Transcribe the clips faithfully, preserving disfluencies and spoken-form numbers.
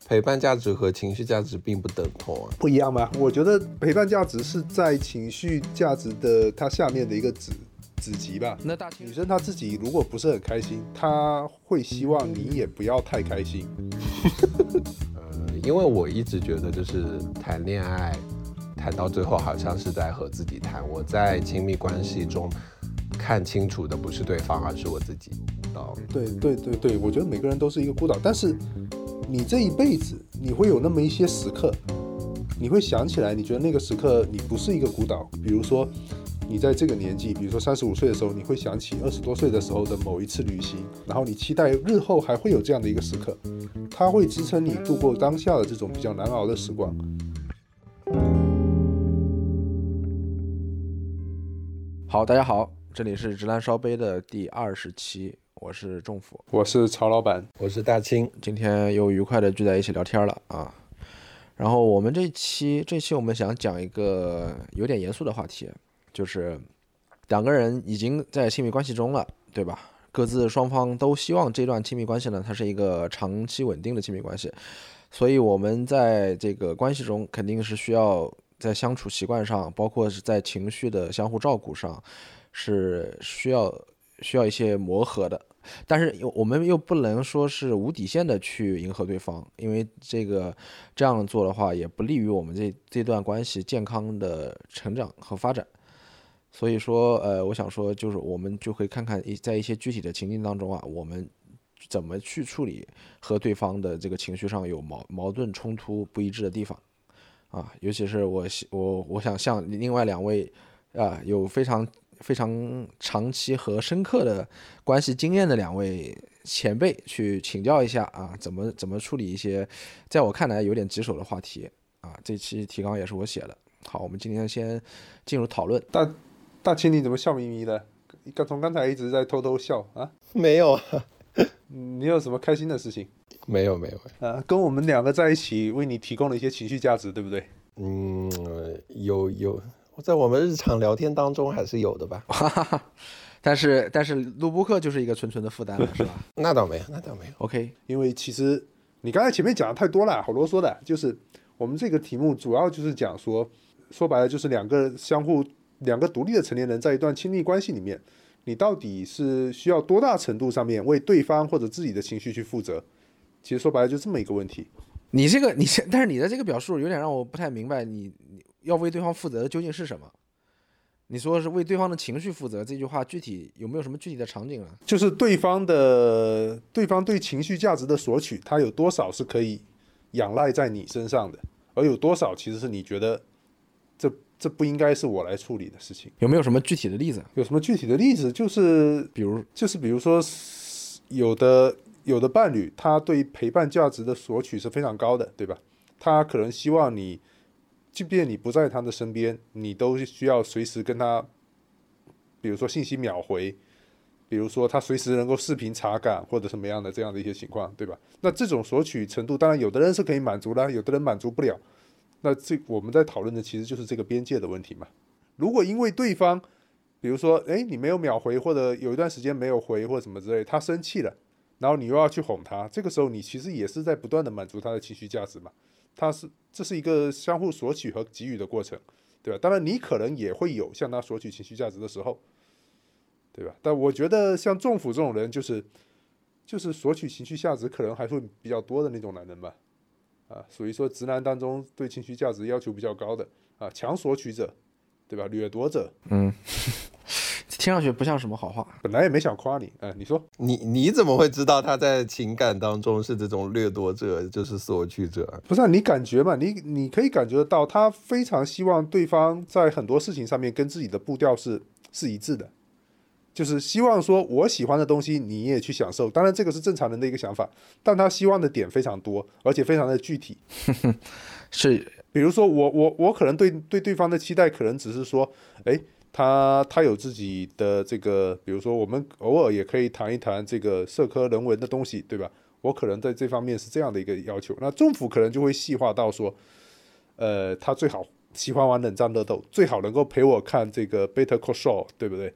陪伴价值和情绪价值并不等同啊， 不一样吗？我觉得陪伴价值是在情绪价值的它下面的一个子子集吧。 那大女生她自己如果不是很开心，她会希望你也不要太开心。 呃，因为我一直觉得就是谈恋爱，谈到最后好像是在和自己谈。我在亲密关系中看清楚的不是对方，而是我自己。 对对对对，我觉得每个人都是一个孤岛，但是你这一辈子你会有那么一些时刻，你会想起来，你觉得那个时刻你不是一个孤岛。比如说你在这个年纪，比如说三十五岁的时候，你会想起二十多岁的时候的某一次旅行，然后你期待日后还会有这样的一个时刻，它会支撑你度过当下的这种比较难熬的时光。 好，大家好，这里是直男烧杯的第二十期，我是仲甫， 我是曹老板， 我是大清， 今天又愉快的聚在一起聊天了啊。然后我们这期这期我们想讲一个有点严肃的话题，就是两个人已经在亲密关系中了，对吧？各自双方都希望这段亲密关系呢，它是一个长期稳定的亲密关系，所以我们在这个关系中肯定是需要在相处习惯上，包括是在情绪的相互照顾上，是需要需要一些磨合的。但是我们又不能说是无底线的去迎合对方，因为这个这样做的话也不利于我们这这段关系健康的成长和发展。所以说呃，我想说就是我们就会看看在一些具体的情境当中啊，我们怎么去处理和对方的这个情绪上有矛矛盾冲突不一致的地方啊，尤其是我我我想向另外两位啊有非常非常长期和深刻的关系经验的两位前辈去请教一下啊，怎么怎么处理一些在我看来有点棘手的话题啊。这期提纲也是我写的。好，我们今天先进入讨论。 大大清你怎么笑眯眯的？从刚才一直在偷偷笑啊？ 没有啊。 你有什么开心的事情？ 没有没有啊，跟我们两个在一起为你提供了一些情绪价值，对不对？ 嗯，有有。在我们日常聊天当中还是有的吧。 但是但是录播课就是一个纯纯的负担了，是吧？ 那倒没有，那倒没有。 OK， 因为其实你刚才前面讲的太多了，好啰嗦的。就是我们这个题目主要就是讲说，说白了就是两个相互两个独立的成年人在一段亲密关系里面，你到底是需要多大程度上面为对方或者自己的情绪去负责？其实说白了就这么一个问题。 你这个你但是你的这个表述有点让我不太明白，你你要为对方负责的究竟是什么？你说是为对方的情绪负责，这句话具体有没有什么具体的场景呢？ 就是对方的对方对情绪价值的索取，它有多少是可以仰赖在你身上的，而有多少其实是你觉得这这不应该是我来处理的事情？ 有没有什么具体的例子？ 有什么具体的例子？就是比如就是比如说有的有的伴侣，他对陪伴价值的索取是非常高的，对吧？他可能希望你即便你不在他的身边，你都需要随时跟他，比如说信息秒回，比如说他随时能够视频查岗或者什么样的这样的一些情况，对吧？那这种索取程度，当然有的人是可以满足的，有的人满足不了。那这我们在讨论的其实就是这个边界的问题嘛。如果因为对方，比如说，哎，你没有秒回，或者有一段时间没有回，或者什么之类，他生气了，然后你又要去哄他，这个时候你其实也是在不断的满足他的情绪价值嘛。它是这是一个相互索取和给予的过程，对吧？当然你可能也会有向他索取情绪价值的时候，对吧？但我觉得像仲甫这种人，就是就是索取情绪价值可能还会比较多的那种男人吧，啊，属于说直男当中对情绪价值要求比较高的啊，强索取者，对吧？掠夺者， 嗯。听上去不像什么好话， 本来也没想夸你，哎，你说你你怎么会知道他在情感当中是这种掠夺者，就是索取者？ 不是、啊、你感觉嘛？你你可以感觉得到，他非常希望对方在很多事情上面跟自己的步调是是一致的，就是希望说我喜欢的东西你也去享受。当然这个是正常人的一个想法，但他希望的点非常多，而且非常的具体。 是， 比如说我我我可能对对对方的期待可能只是说，哎。他他有自己的这个，比如说我们偶尔也可以谈一谈这个社科人文的东西，对吧？我可能在这方面是这样的一个要求。那仲甫可能就会细化到说，呃，他最好喜欢玩冷战热斗，最好能够陪我看这个 Better Call Saul， 对不对？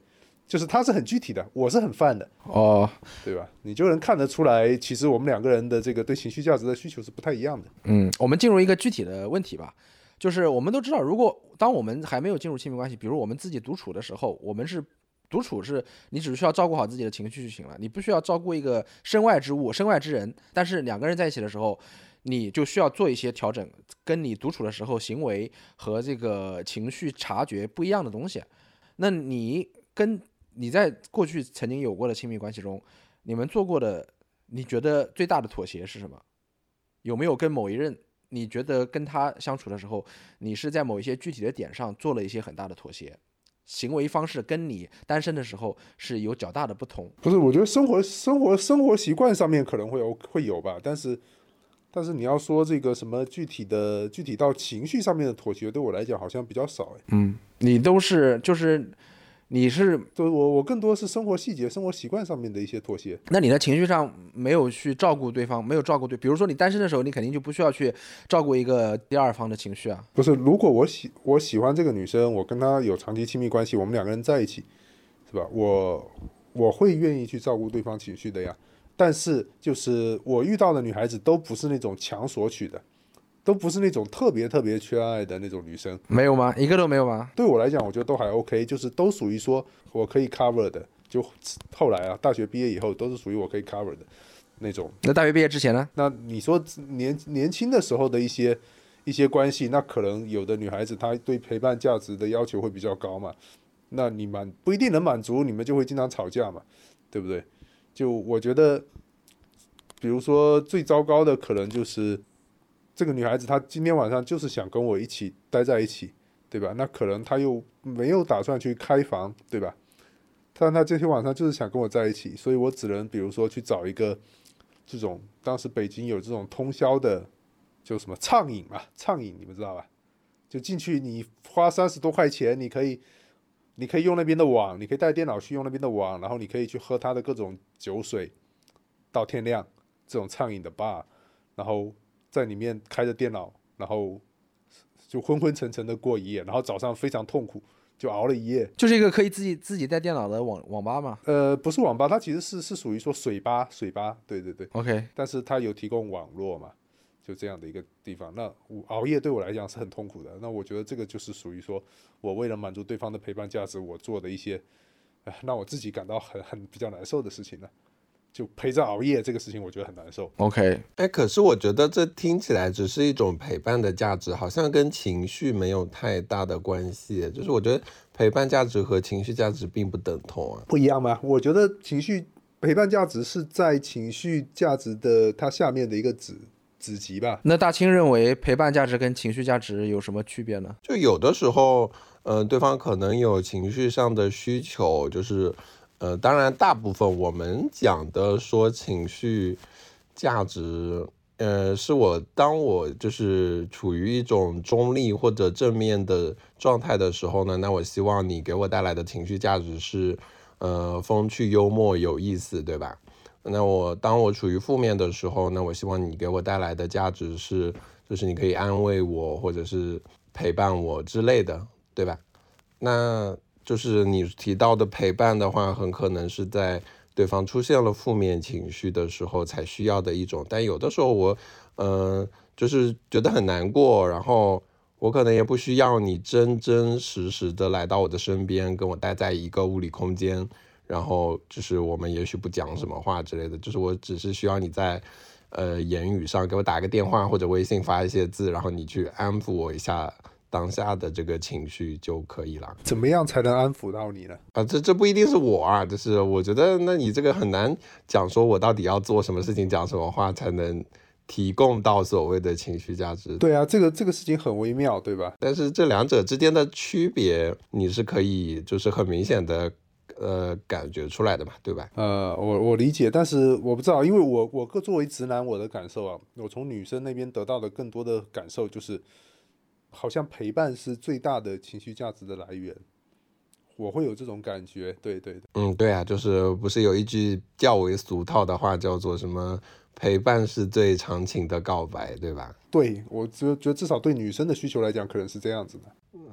就是他是很具体的，我是很泛的， 哦， 对吧？你就能看得出来，其实我们两个人的这个对情绪价值的需求是不太一样的。 嗯，我们进入一个具体的问题吧，就是我们都知道，如果当我们还没有进入亲密关系，比如我们自己独处的时候，我们是独处是你只需要照顾好自己的情绪就行了，你不需要照顾一个身外之物、身外之人。但是两个人在一起的时候，你就需要做一些调整，跟你独处的时候行为和这个情绪察觉不一样的东西。那你跟你在过去曾经有过的亲密关系中，你们做过的，你觉得最大的妥协是什么？有没有跟某一任，你觉得跟他相处的时候，你是在某一些具体的点上做了一些很大的妥协，行为方式跟你单身的时候是有较大的不同？ 不是，我觉得生活生活生活习惯上面可能会有会有吧，但是但是你要说这个什么具体的具体到情绪上面的妥协，对我来讲好像比较少哎。 嗯，你都是就是你是， 对我我更多是生活细节、生活习惯上面的一些妥协。 那你在情绪上没有去照顾对方，没有照顾对，比如说你单身的时候，你肯定就不需要去照顾一个第二方的情绪啊。 不是，如果我喜我喜欢这个女生，我跟她有长期亲密关系，我们两个人在一起，是吧？我我会愿意去照顾对方情绪的呀。但是就是我遇到的女孩子都不是那种强索取的，都不是那种特别特别缺爱的那种女生。 没有吗？一个都没有吗？ 对我来讲，我觉得都还 OK， 就是都属于说我可以 cover 的。就后来啊，大学毕业以后都是属于我可以 cover 的那种。 那大学毕业之前呢？ 那你说年年轻的时候的一些一些关系，那可能有的女孩子她对陪伴价值的要求会比较高嘛，那你满不一定能满足，你们就会经常吵架嘛，对不对？就我觉得，比如说最糟糕的可能就是这个女孩子她今天晚上就是想跟我一起待在一起，对吧？那可能她又没有打算去开房，对吧？但她这天晚上就是想跟我在一起，所以我只能比如说去找一个这种当时北京有这种通宵的，就什么畅饮嘛，畅饮你们知道吧？就进去你花三十多块钱，你可以你可以用那边的网，你可以带电脑去用那边的网，然后你可以去喝他的各种酒水到天亮，这种畅饮的 bar， 然后在里面开着电脑，然后就昏昏沉沉的过一夜，然后早上非常痛苦，就熬了一夜。 就是一个可以自己自己带电脑的网网吧吗？ 呃，不是网吧，它其实是是属于说水吧，水吧，对对对。 OK， 但是它有提供网络嘛，就这样的一个地方。那我熬夜对我来讲是很痛苦的。那我觉得这个就是属于说我为了满足对方的陪伴价值，我做的一些，呃，让我自己感到很很比较难受的事情呢。就陪着熬夜这个事情，我觉得很难受。 OK， 哎，可是我觉得这听起来只是一种陪伴的价值，好像跟情绪没有太大的关系。就是我觉得陪伴价值和情绪价值并不等同啊。 不一样吗？我觉得情绪陪伴价值是在情绪价值的它下面的一个子子集吧。 那大清认为陪伴价值跟情绪价值有什么区别呢？ 就有的时候，呃，对方可能有情绪上的需求，就是。呃，当然，大部分我们讲的说情绪价值，呃，是我当我就是处于一种中立或者正面的状态的时候呢，那我希望你给我带来的情绪价值是，呃，风趣幽默有意思，对吧？那我当我处于负面的时候，那我希望你给我带来的价值是，就是你可以安慰我或者是陪伴我之类的，对吧？那。就是你提到的陪伴的话，很可能是在对方出现了负面情绪的时候才需要的一种，但有的时候我，呃，就是觉得很难过，然后我可能也不需要你真真实实的来到我的身边，跟我待在一个物理空间，然后就是我们也许不讲什么话之类的，就是我只是需要你在，呃，言语上给我打个电话或者微信发一些字，然后你去安抚我一下。当下的这个情绪就可以了。 怎么样才能安抚到你呢？ 啊，这这不一定是我啊，就是我觉得，那你这个很难讲，说我到底要做什么事情，讲什么话才能提供到所谓的情绪价值。 对啊，这个这个事情很微妙，对吧？ 但是这两者之间的区别，你是可以就是很明显的呃感觉出来的嘛，对吧？ 呃，我我理解，但是我不知道，因为我我个作为直男，我的感受啊，我从女生那边得到的更多的感受就是。好像陪伴是最大的情绪价值的来源，我会有这种感觉。对对对， 嗯，对啊，就是不是有一句较为俗套的话叫做什么“陪伴是最长情的告白”，对吧？ 对，我觉得至少对女生的需求来讲，可能是这样子的。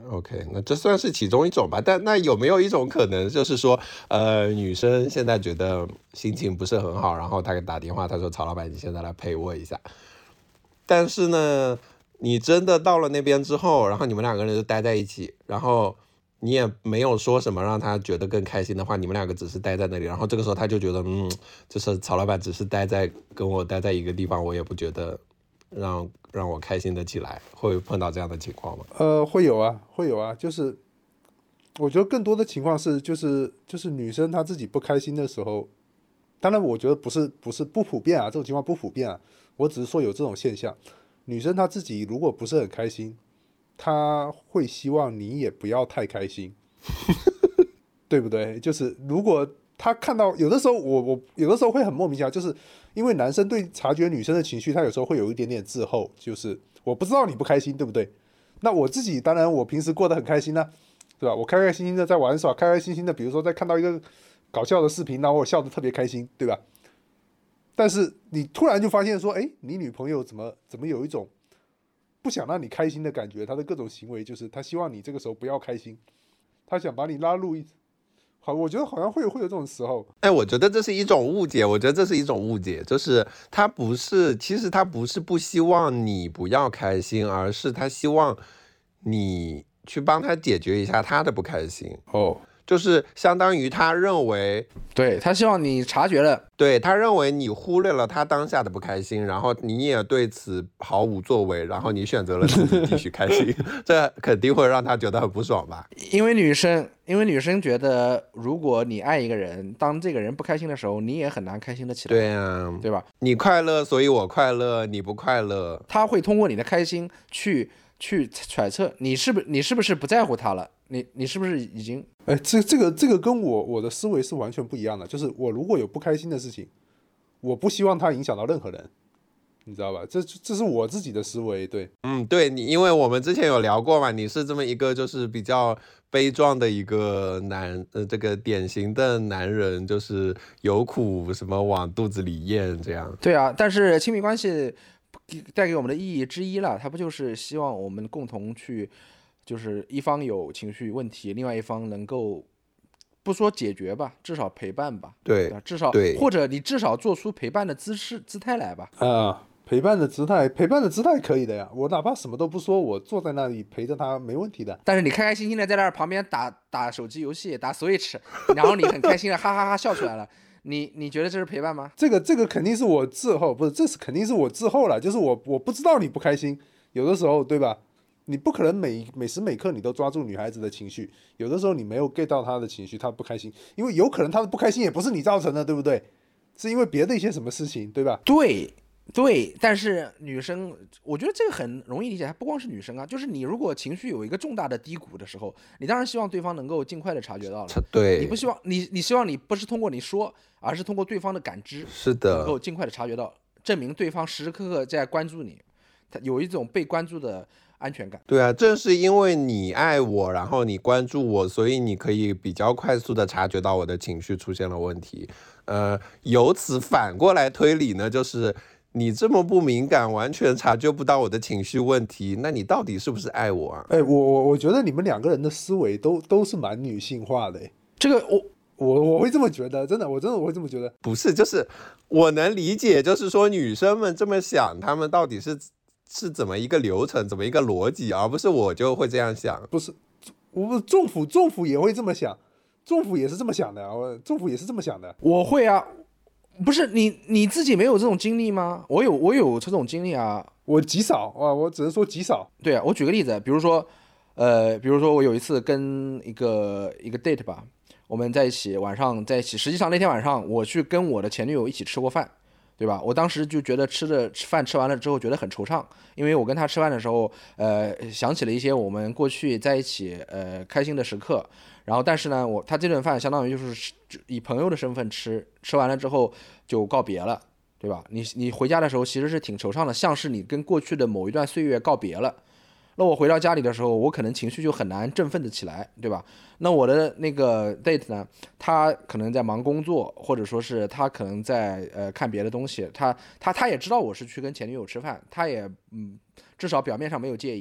OK， 那这算是其中一种吧。但那有没有一种可能，就是说，呃，女生现在觉得心情不是很好，然后她给打电话，她说曹老板，你现在来陪我一下。但是呢，你真的到了那边之后，然后你们两个人就待在一起，然后你也没有说什么让她觉得更开心的话，你们两个只是待在那里，然后这个时候她就觉得，嗯，就是曹老板只是待在跟我待在一个地方，我也不觉得让让我开心的起来，会碰到这样的情况吗？ 呃，会有啊，会有啊，就是我觉得更多的情况是，就是就是女生她自己不开心的时候，当然我觉得不是不是不普遍啊，这种情况不普遍啊，我只是说有这种现象，女生她自己如果不是很开心，她会希望你也不要太开心，对不对？就是如果她看到有的时候我我有的时候会很莫名其妙，就是因为男生对察觉女生的情绪，他有时候会有一点点滞后，就是我不知道你不开心，对不对？那我自己当然我平时过得很开心啊，对吧？我开开心心的在玩耍，开开心心的，比如说在看到一个搞笑的视频，然后我笑得特别开心，对吧？但是你突然就发现说，哎，你女朋友怎么怎么有一种不想让你开心的感觉？她的各种行为就是她希望你这个时候不要开心，她想把你拉入一。好，我觉得好像会有会有这种时候。 哎，我觉得这是一种误解，我觉得这是一种误解，就是他不是，其实他不是不希望你不要开心，而是他希望你去帮他解决一下他的不开心。 哦， 就是相当于他认为， 对，他希望你察觉了， 对，他认为你忽略了他当下的不开心，然后你也对此毫无作为，然后你选择了自己继续开心，这肯定会让他觉得很不爽吧？ 因为女生，因为女生觉得，如果你爱一个人，当这个人不开心的时候，你也很难开心的起来， 对啊， 对吧？ 你快乐，所以我快乐，你不快乐， 他会通过你的开心去去揣测你是不你是不是不在乎他了，你你是不是已经。 哎，这这个这个跟我我的思维是完全不一样的。就是我如果有不开心的事情，我不希望它影响到任何人，你知道吧？这这是我自己的思维。对， 嗯，对你，因为我们之前有聊过嘛，你是这么一个就是比较悲壮的一个男，呃，这个典型的男人，就是有苦什么往肚子里咽这样。 对啊，但是亲密关系带给我们的意义之一了，它不就是希望我们共同去。就是一方有情绪问题，另外一方能够不说解决吧，至少陪伴吧。 对， 至少对， 或者你至少做出陪伴的姿势姿态来吧。 啊、呃，陪伴的姿态，陪伴的姿态可以的呀。我哪怕什么都不说，我坐在那里陪着他，没问题的。 但是你开开心心的在那儿旁边打打手机游戏，打 Switch， 然后你很开心的哈哈哈笑出来了，你你觉得这是陪伴吗？ 这个这个肯定是我滞后，不是，这是肯定是我滞后了，就是我我不知道你不开心，有的时候对吧？你不可能每每时每刻你都抓住女孩子的情绪，有的时候你没有 get 到她的情绪，她不开心，因为有可能她的不开心也不是你造成的，对不对？是因为别的一些什么事情，对吧？ 对对，但是女生，我觉得这个很容易理解，不光是女生啊，就是你如果情绪有一个重大的低谷的时候，你当然希望对方能够尽快的察觉到了， 对， 你不希望你你希望你不是通过你说，而是通过对方的感知， 是的， 能够尽快的察觉到，证明对方时时刻刻在关注你，他有一种被关注的安全感。 对啊，正是因为你爱我，然后你关注我，所以你可以比较快速的察觉到我的情绪出现了问题。呃，由此反过来推理呢，就是你这么不敏感，完全察觉不到我的情绪问题，那你到底是不是爱我啊？ 哎，我我我觉得你们两个人的思维都都是蛮女性化的。 这个我我我会这么觉得，真的，我真的我会这么觉得。 不是，就是我能理解，就是说女生们这么想，她们到底是。是怎么一个流程，怎么一个逻辑，而不是我就会这样想。 不是，我政府政府也会这么想，政府也是这么想的，我政府也是这么想的。 我会啊，不是你你自己没有这种经历吗？我有我有这种经历啊， 我极少啊，我只能说极少。 对啊，我举个例子，比如说，呃，比如说我有一次跟一个一个 date 吧，我们在一起晚上在一起，实际上那天晚上我去跟我的前女友一起吃过饭。对吧？我当时就觉得吃的吃饭吃完了之后觉得很惆怅，因为我跟他吃饭的时候，呃，想起了一些我们过去在一起呃开心的时刻。然后，但是呢，我他这顿饭相当于就是以朋友的身份吃，吃完了之后就告别了，对吧？你你回家的时候其实是挺惆怅的，像是你跟过去的某一段岁月告别了。那我回到家里的时候，我可能情绪就很难振奋的起来，对吧？那我的那个 date 呢，他可能在忙工作，或者说是他可能在呃看别的东西，他他他也知道我是去跟前女友吃饭，他也嗯至少表面上没有介意，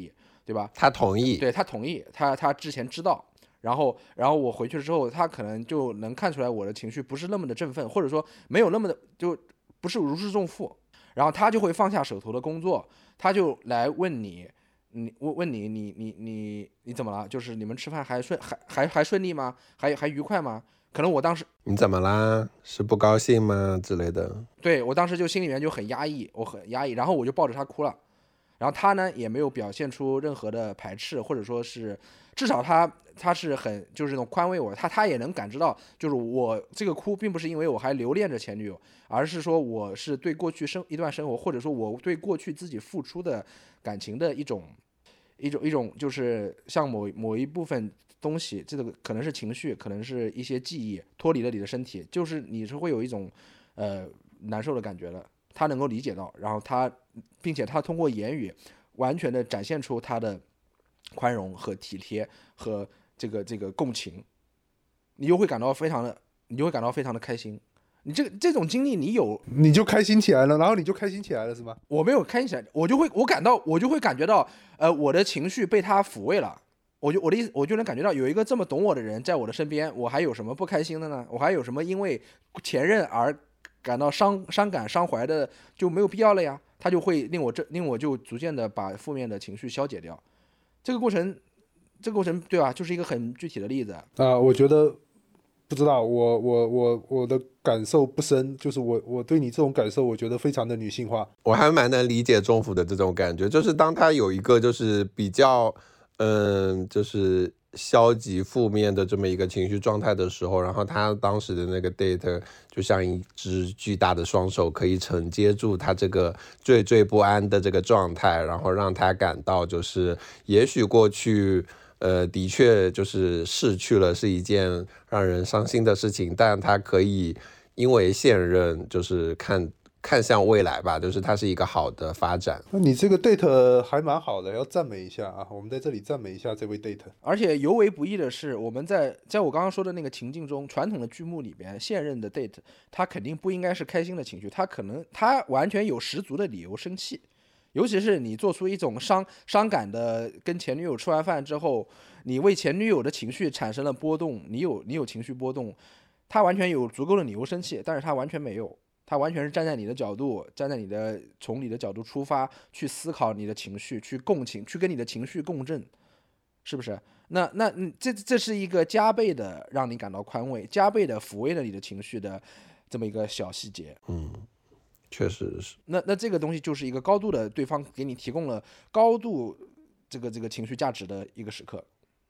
对吧？ 他同意， 对他同意，他他之前知道，然后然后我回去之后，他可能就能看出来我的情绪不是那么的振奋，或者说没有那么的就不是如释重负，然后他就会放下手头的工作，他就来问你，你问问你你你你你怎么了？就是你们吃饭还顺还还还顺利吗？还还愉快吗？可能我当时你怎么啦？是不高兴吗之类的？ 对我当时就心里面就很压抑，我很压抑，然后我就抱着他哭了。然后他呢也没有表现出任何的排斥，或者说是至少他他是很就是那种宽慰我，他他也能感知到，就是我这个哭并不是因为我还留恋着前女友，而是说我是对过去生一段生活，或者说我对过去自己付出的感情的一种一种一种就是像某某一部分东西，这个可能是情绪，可能是一些记忆脱离了你的身体，就是你是会有一种呃难受的感觉的。他能够理解到，然后他，并且他通过言语完全的展现出他的宽容和体贴和这个这个共情，你就会感到非常的，你就会感到非常的开心。你这个这种经历你有， 你就开心起来了，然后你就开心起来了是吗？ 我没有开心起来，我就会我感到我就会感觉到，呃，我的情绪被他抚慰了。我就我的意思，我就能感觉到有一个这么懂我的人在我的身边，我还有什么不开心的呢？我还有什么因为前任而感到伤伤感伤怀的就没有必要了呀，他就会令我这令我就逐渐的把负面的情绪消解掉。这个过程，这个过程对吧？就是一个很具体的例子啊、 呃。我觉得不知道，我我我我的感受不深，就是我我对你这种感受，我觉得非常的女性化。 我还蛮能理解中辅的这种感觉，就是当他有一个就是比较嗯就是消极负面的这么一个情绪状态的时候，然后他当时的那个 date 就像一只巨大的双手，可以承接住他这个惴惴不安的这个状态，然后让他感到就是也许过去呃的确就是逝去了是一件让人伤心的事情，但他可以因为现任就是看看向未来吧，就是它是一个好的发展。 那你这个 date 还蛮好的，要赞美一下啊！我们在这里赞美一下这位 date。 而且尤为不易的是，我们在在我刚刚说的那个情境中，传统的剧目里边，现任的 date 他肯定不应该是开心的情绪，他可能他完全有十足的理由生气。尤其是你做出一种伤伤感的，跟前女友吃完饭之后，你为前女友的情绪产生了波动，你有你有情绪波动，他完全有足够的理由生气，但是他完全没有，他完全是站在你的角度，站在你的从你的角度出发去思考你的情绪，去共情，去跟你的情绪共振，是不是？那那这这是一个加倍的让你感到宽慰，加倍的抚慰了你的情绪的这么一个小细节。 嗯。确实是， 那那这个东西就是一个高度的，对方给你提供了高度这个这个情绪价值的一个时刻。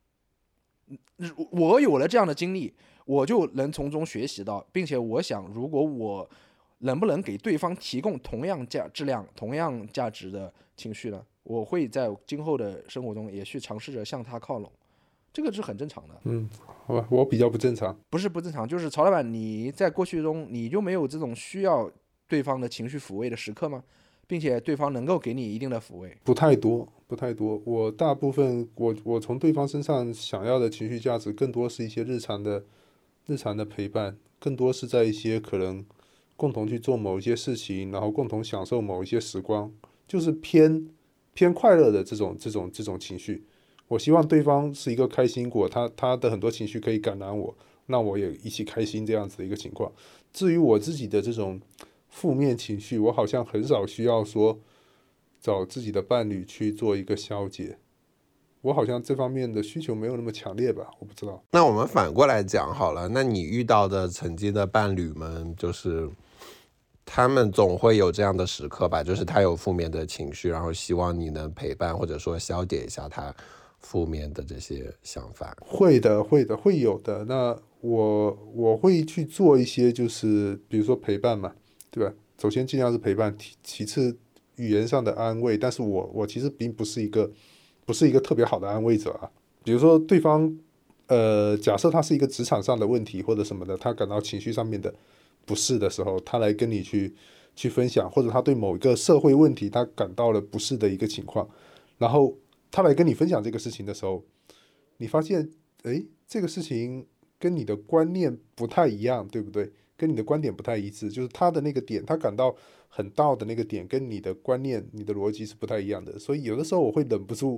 我有了这样的经历，我就能从中学习到，并且我想，如果我能不能给对方提供同样价质量、同样价值的情绪呢？我会在今后的生活中也去尝试着向他靠拢，这个是很正常的。 嗯，好吧，我比较不正常。 不是不正常，就是曹老板，你在过去中你就没有这种需要对方的情绪抚慰的时刻吗？并且对方能够给你一定的抚慰？ 不太多，不太多。我大部分，我我从对方身上想要的情绪价值，更多是一些日常的、日常的陪伴，更多是在一些可能共同去做某一些事情，然后共同享受某一些时光，就是偏偏快乐的这种这种这种情绪。我希望对方是一个开心果，他他的很多情绪可以感染我，那我也一起开心这样子的一个情况。至于我自己的这种负面情绪，我好像很少需要说找自己的伴侣去做一个消解，我好像这方面的需求没有那么强烈吧，我不知道。 那我们反过来讲好了，那你遇到的曾经的伴侣们，就是他们总会有这样的时刻吧，就是他有负面的情绪，然后希望你能陪伴或者说消解一下他负面的这些想法。 会的会的会有的。那我我会去做一些，就是比如说陪伴嘛，对吧？首先尽量是陪伴，其次语言上的安慰。但是我我其实并不是一个不是一个特别好的安慰者啊。比如说对方呃，假设他是一个职场上的问题或者什么的，他感到情绪上面的不适的时候，他来跟你去去分享，或者他对某一个社会问题他感到了不适的一个情况，然后他来跟你分享这个事情的时候，你发现诶，这个事情跟你的观念不太一样，对不对？跟你的观点不太一致，就是他的那个点，他感到很到的那个点跟你的观念、你的逻辑是不太一样的。所以有的时候我会忍不住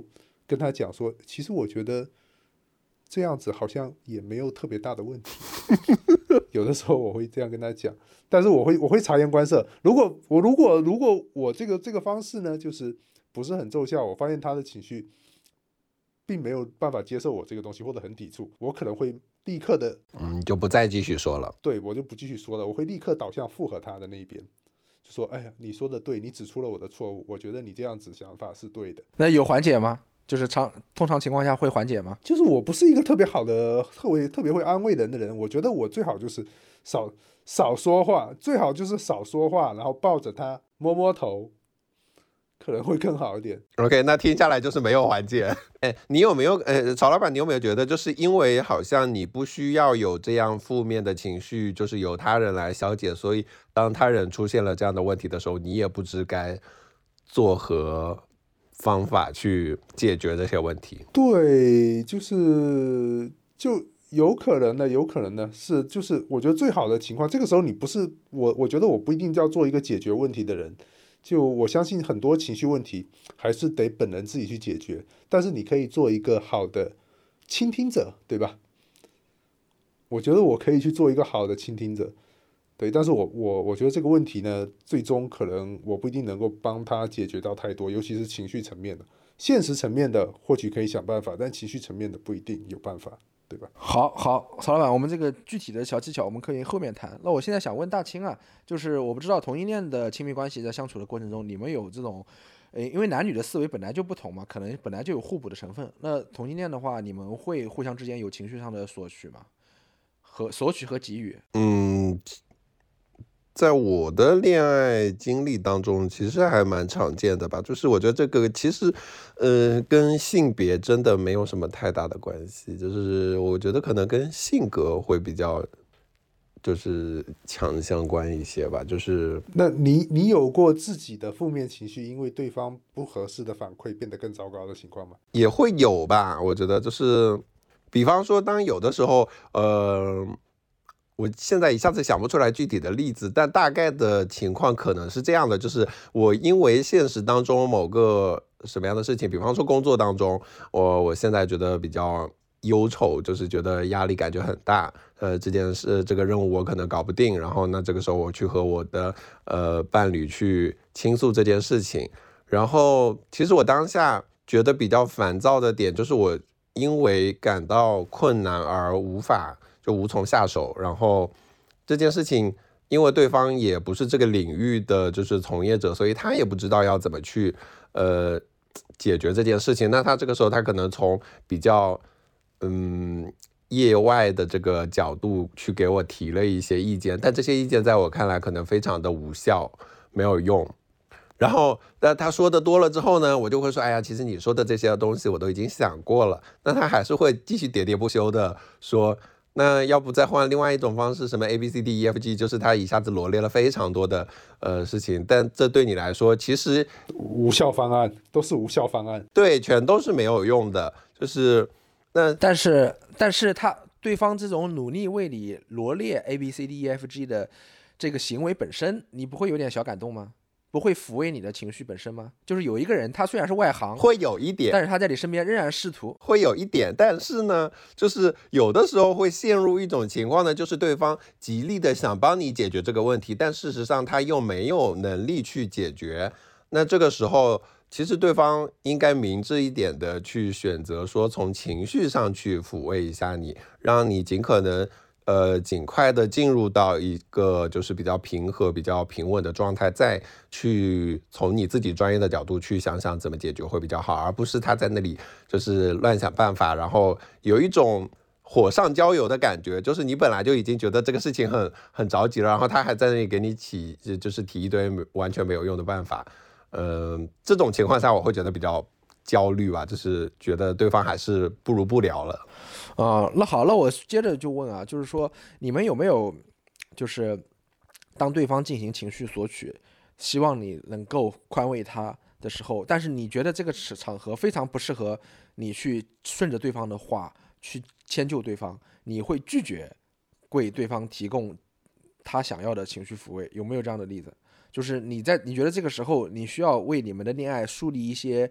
跟他讲说，其实我觉得这样子好像也没有特别大的问题。有的时候我会这样跟他讲，但是我会我会察言观色。如果我如果如果我这个这个方式呢，就是不是很奏效，我发现他的情绪并没有办法接受我这个东西，或者很抵触，我可能会立刻的， 嗯，就不再继续说了。 对，我就不继续说了，我会立刻导向附和他的那一边，就说，哎呀，你说的对，你指出了我的错误，我觉得你这样子想法是对的。 那有缓解吗？就是常通常情况下会缓解吗？ 就是我不是一个特别好的、特别特别会安慰人的人，我觉得我最好就是少少说话，最好就是少说话，然后抱着他摸摸头，可能会更好一点。 OK， 那听下来就是没有缓解。哎，你有没有呃，曹老板，你有没有觉得，就是因为好像你不需要有这样负面的情绪，就是由他人来消解，所以当他人出现了这样的问题的时候，你也不知该作何方法去解决这些问题？ 对，就是就有可能的，有可能的是，就是我觉得最好的情况，这个时候你不是我，我觉得我不一定要做一个解决问题的人。就我相信很多情绪问题还是得本人自己去解决，但是你可以做一个好的倾听者，对吧？我觉得我可以去做一个好的倾听者，对，但是我我我觉得这个问题呢，最终可能我不一定能够帮他解决到太多，尤其是情绪层面的，现实层面的或许可以想办法，但情绪层面的不一定有办法，对吧？ 好好，曹老板，我们这个具体的小技巧我们可以后面谈。那我现在想问大清啊，就是我不知道同性恋的亲密关系在相处的过程中，你们有这种，呃，因为男女的思维本来就不同嘛，可能本来就有互补的成分。那同性恋的话，你们会互相之间有情绪上的索取吗？和索取和给予？ 嗯，在我的恋爱经历当中，其实还蛮常见的吧。就是我觉得这个其实，呃，跟性别真的没有什么太大的关系。就是我觉得可能跟性格会比较，就是强相关一些吧。就是那你你有过自己的负面情绪因为对方不合适的反馈变得更糟糕的情况吗？ 也会有吧。我觉得就是，比方说，当有的时候，呃。我现在一下子想不出来具体的例子，但大概的情况可能是这样的，就是我因为现实当中某个什么样的事情，比方说工作当中，我我现在觉得比较忧愁，就是觉得压力感觉很大，呃，这件事这个任务我可能搞不定，然后那这个时候我去和我的呃伴侣去倾诉这件事情，然后其实我当下觉得比较烦躁的点就是我因为感到困难而无法。就无从下手，然后这件事情，因为对方也不是这个领域的就是从业者，所以他也不知道要怎么去呃解决这件事情。那他这个时候，他可能从比较嗯业外的这个角度去给我提了一些意见，但这些意见在我看来可能非常的无效，没有用。然后，那他说的多了之后呢，我就会说，哎呀，其实你说的这些东西我都已经想过了。那他还是会继续喋喋不休的说。那要不再换另外一种方式，什么 A B C D E F G， 就是他一下子罗列了非常多的呃事情，但这对你来说其实无效方案，都是无效方案， 对，全都是没有用的。就是那但是但是他对方这种努力为你罗列 A B C D E F G 的这个行为本身，你不会有点小感动吗？不会抚慰你的情绪本身吗？就是有一个人，他虽然是外行， 会有一点， 但是他在你身边仍然试图， 会有一点，但是呢，就是有的时候会陷入一种情况呢，就是对方极力的想帮你解决这个问题，但事实上他又没有能力去解决。那这个时候，其实对方应该明智一点的去选择说，从情绪上去抚慰一下你，让你尽可能。呃，尽快的进入到一个就是比较平和、比较平稳的状态，再去从你自己专业的角度去想想怎么解决会比较好，而不是他在那里就是乱想办法，然后有一种火上浇油的感觉，就是你本来就已经觉得这个事情很很着急了，然后他还在那里给你起就是提一堆完全没有用的办法。嗯、呃，这种情况下我会觉得比较焦虑吧，就是觉得对方还是不如不聊了。 啊、呃，那好，那我接着就问啊，就是说你们有没有，就是当对方进行情绪索取，希望你能够宽慰他的时候，但是你觉得这个场合非常不适合你去顺着对方的话去迁就对方，你会拒绝为对方提供他想要的情绪抚慰，有没有这样的例子？就是你在你觉得这个时候你需要为你们的恋爱树立一些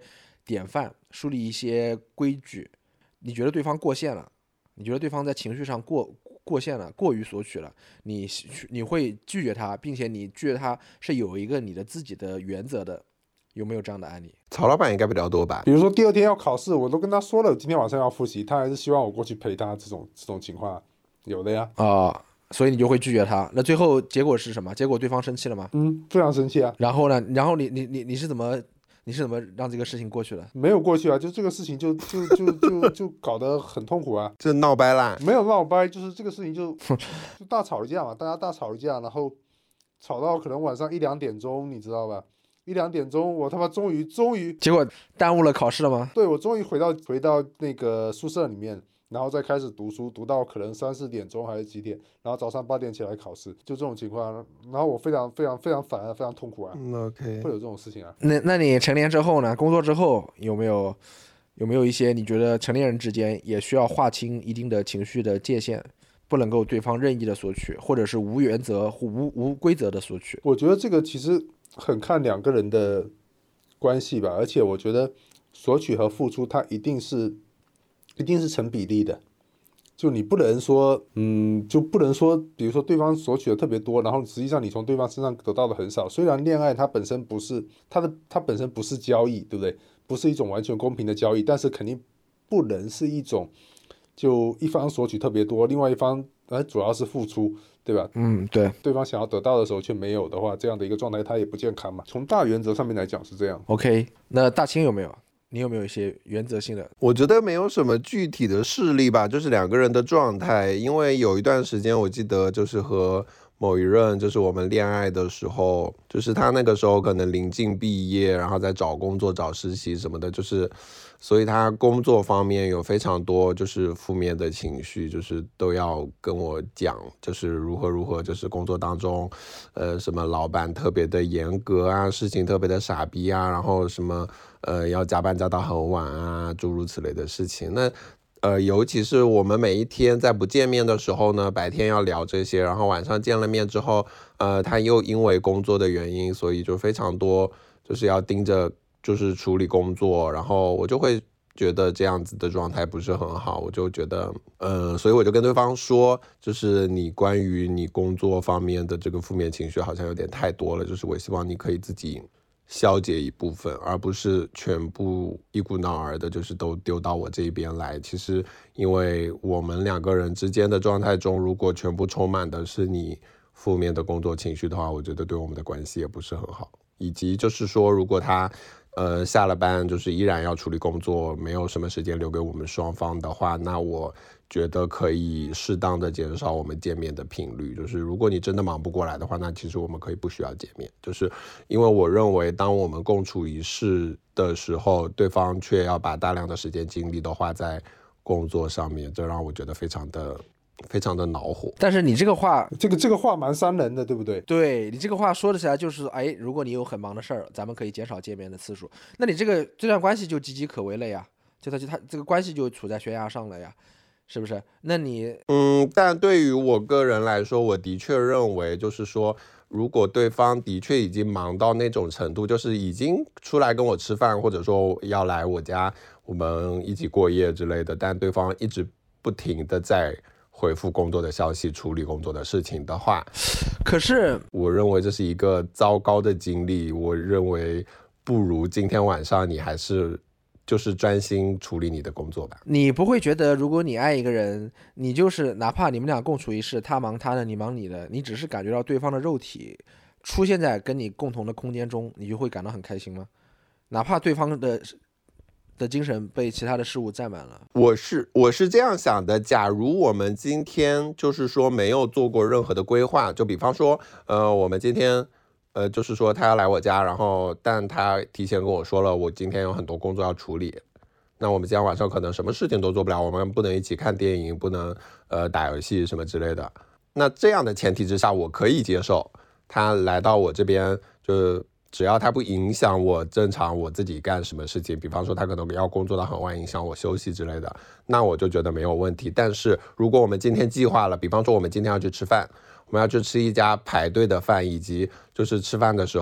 典范，树立一些规矩。你觉得对方过线了，你觉得对方在情绪上过过线了，过于索取了，你你会拒绝他，并且你拒绝他是有一个你的自己的原则的，有没有这样的案例？ 曹老板应该比较多吧？ 比如说第二天要考试，我都跟他说了，今天晚上要复习，他还是希望我过去陪他，这种这种情况有的呀。 啊、呃，所以你就会拒绝他。那最后结果是什么？结果对方生气了吗？ 嗯，非常生气啊。 然后呢？然后你你你你是怎么你是怎么让这个事情过去的？ 没有过去啊，就这个事情就就就就就搞得很痛苦啊。 这闹掰啦？ 没有闹掰，就是这个事情就就大吵一架嘛，大家大吵一架，然后吵到可能晚上一两点钟，你知道吧？一两点钟，我他妈终于终于， 结果耽误了考试了吗？ 对，我终于回到回到那个宿舍里面，然后再开始读书，读到可能三四点钟还是几点，然后早上八点起来考试，就这种情况，然后我非常非常非常烦啊，非常痛苦啊。 嗯 ，OK， 会有这种事情啊。 那那你成年之后呢？工作之后有没有有没有一些你觉得成年人之间也需要划清一定的情绪的界限？不能够对方任意的索取，或者是无原则、无无规则的索取。 我觉得这个其实很看两个人的关系吧，而且我觉得索取和付出它一定是一定是成比例的，就你不能说，嗯，就不能说，比如说对方索取的特别多，然后实际上你从对方身上得到的很少。虽然恋爱它本身不是它的它本身不是交易，对不对？不是一种完全公平的交易，但是肯定不能是一种。就一方索取特别多，另外一方呃主要是付出，对吧？ 嗯，对。 对方想要得到的时候却没有的话，这样的一个状态它也不健康嘛。从大原则上面来讲是这样。 OK， 那大清有没有？你有没有一些原则性的？ 我觉得没有什么具体的事例吧，就是两个人的状态。因为有一段时间我记得就是和某一任就是我们恋爱的时候，就是他那个时候可能临近毕业，然后在找工作找实习什么的，就是所以他工作方面有非常多就是负面的情绪，就是都要跟我讲，就是如何如何，就是工作当中呃什么老板特别的严格啊，事情特别的傻逼啊，然后什么呃要加班加到很晚啊，诸如此类的事情。那呃，尤其是我们每一天在不见面的时候呢，白天要聊这些，然后晚上见了面之后，呃，他又因为工作的原因，所以就非常多，就是要盯着，就是处理工作，然后我就会觉得这样子的状态不是很好，我就觉得，呃，所以我就跟对方说，就是你关于你工作方面的这个负面情绪好像有点太多了，就是我希望你可以自己消解一部分，而不是全部一股脑儿的就是都丢到我这边来。其实因为我们两个人之间的状态中，如果全部充满的是你负面的工作情绪的话，我觉得对我们的关系也不是很好。以及就是说如果他呃下了班就是依然要处理工作，没有什么时间留给我们双方的话，那我觉得可以适当的减少我们见面的频率。就是如果你真的忙不过来的话，那其实我们可以不需要见面。就是因为我认为当我们共处一室的时候，对方却要把大量的时间精力都花在工作上面，这让我觉得非常的非常的恼火。 但是你这个话， 这个这个话蛮伤人的，对不对？ 对，你这个话说的起来就是，哎，如果你有很忙的事儿，咱们可以减少见面的次数，那你这个这段关系就岌岌可危了呀，就他就他这个关系就处在悬崖上了呀，是不是？那你嗯，但对于我个人来说，我的确认为就是说，如果对方的确已经忙到那种程度，就是已经出来跟我吃饭，或者说要来我家我们一起过夜之类的，但对方一直不停的在回复工作的消息，处理工作的事情的话， 可是我认为这是一个糟糕的经历。我认为不如今天晚上你还是就是专心处理你的工作吧。 你不会觉得，如果你爱一个人，你就是哪怕你们俩共处一室，他忙他的，你忙你的，你只是感觉到对方的肉体出现在跟你共同的空间中，你就会感到很开心吗？哪怕对方的的精神被其他的事物占满了。 我是我是这样想的，假如我们今天就是说没有做过任何的规划，就比方说呃我们今天呃就是说他要来我家，然后但他提前跟我说了我今天有很多工作要处理，那我们今天晚上可能什么事情都做不了，我们不能一起看电影，不能呃打游戏什么之类的。那这样的前提之下，我可以接受他来到我这边，就只要他不影响我正常我自己干什么事情，比方说他可能要工作到很晚，影响我休息之类的，那我就觉得没有问题。但是如果我们今天计划了，比方说我们今天要去吃饭，我们要去吃一家排队的饭，以及就是吃饭的时候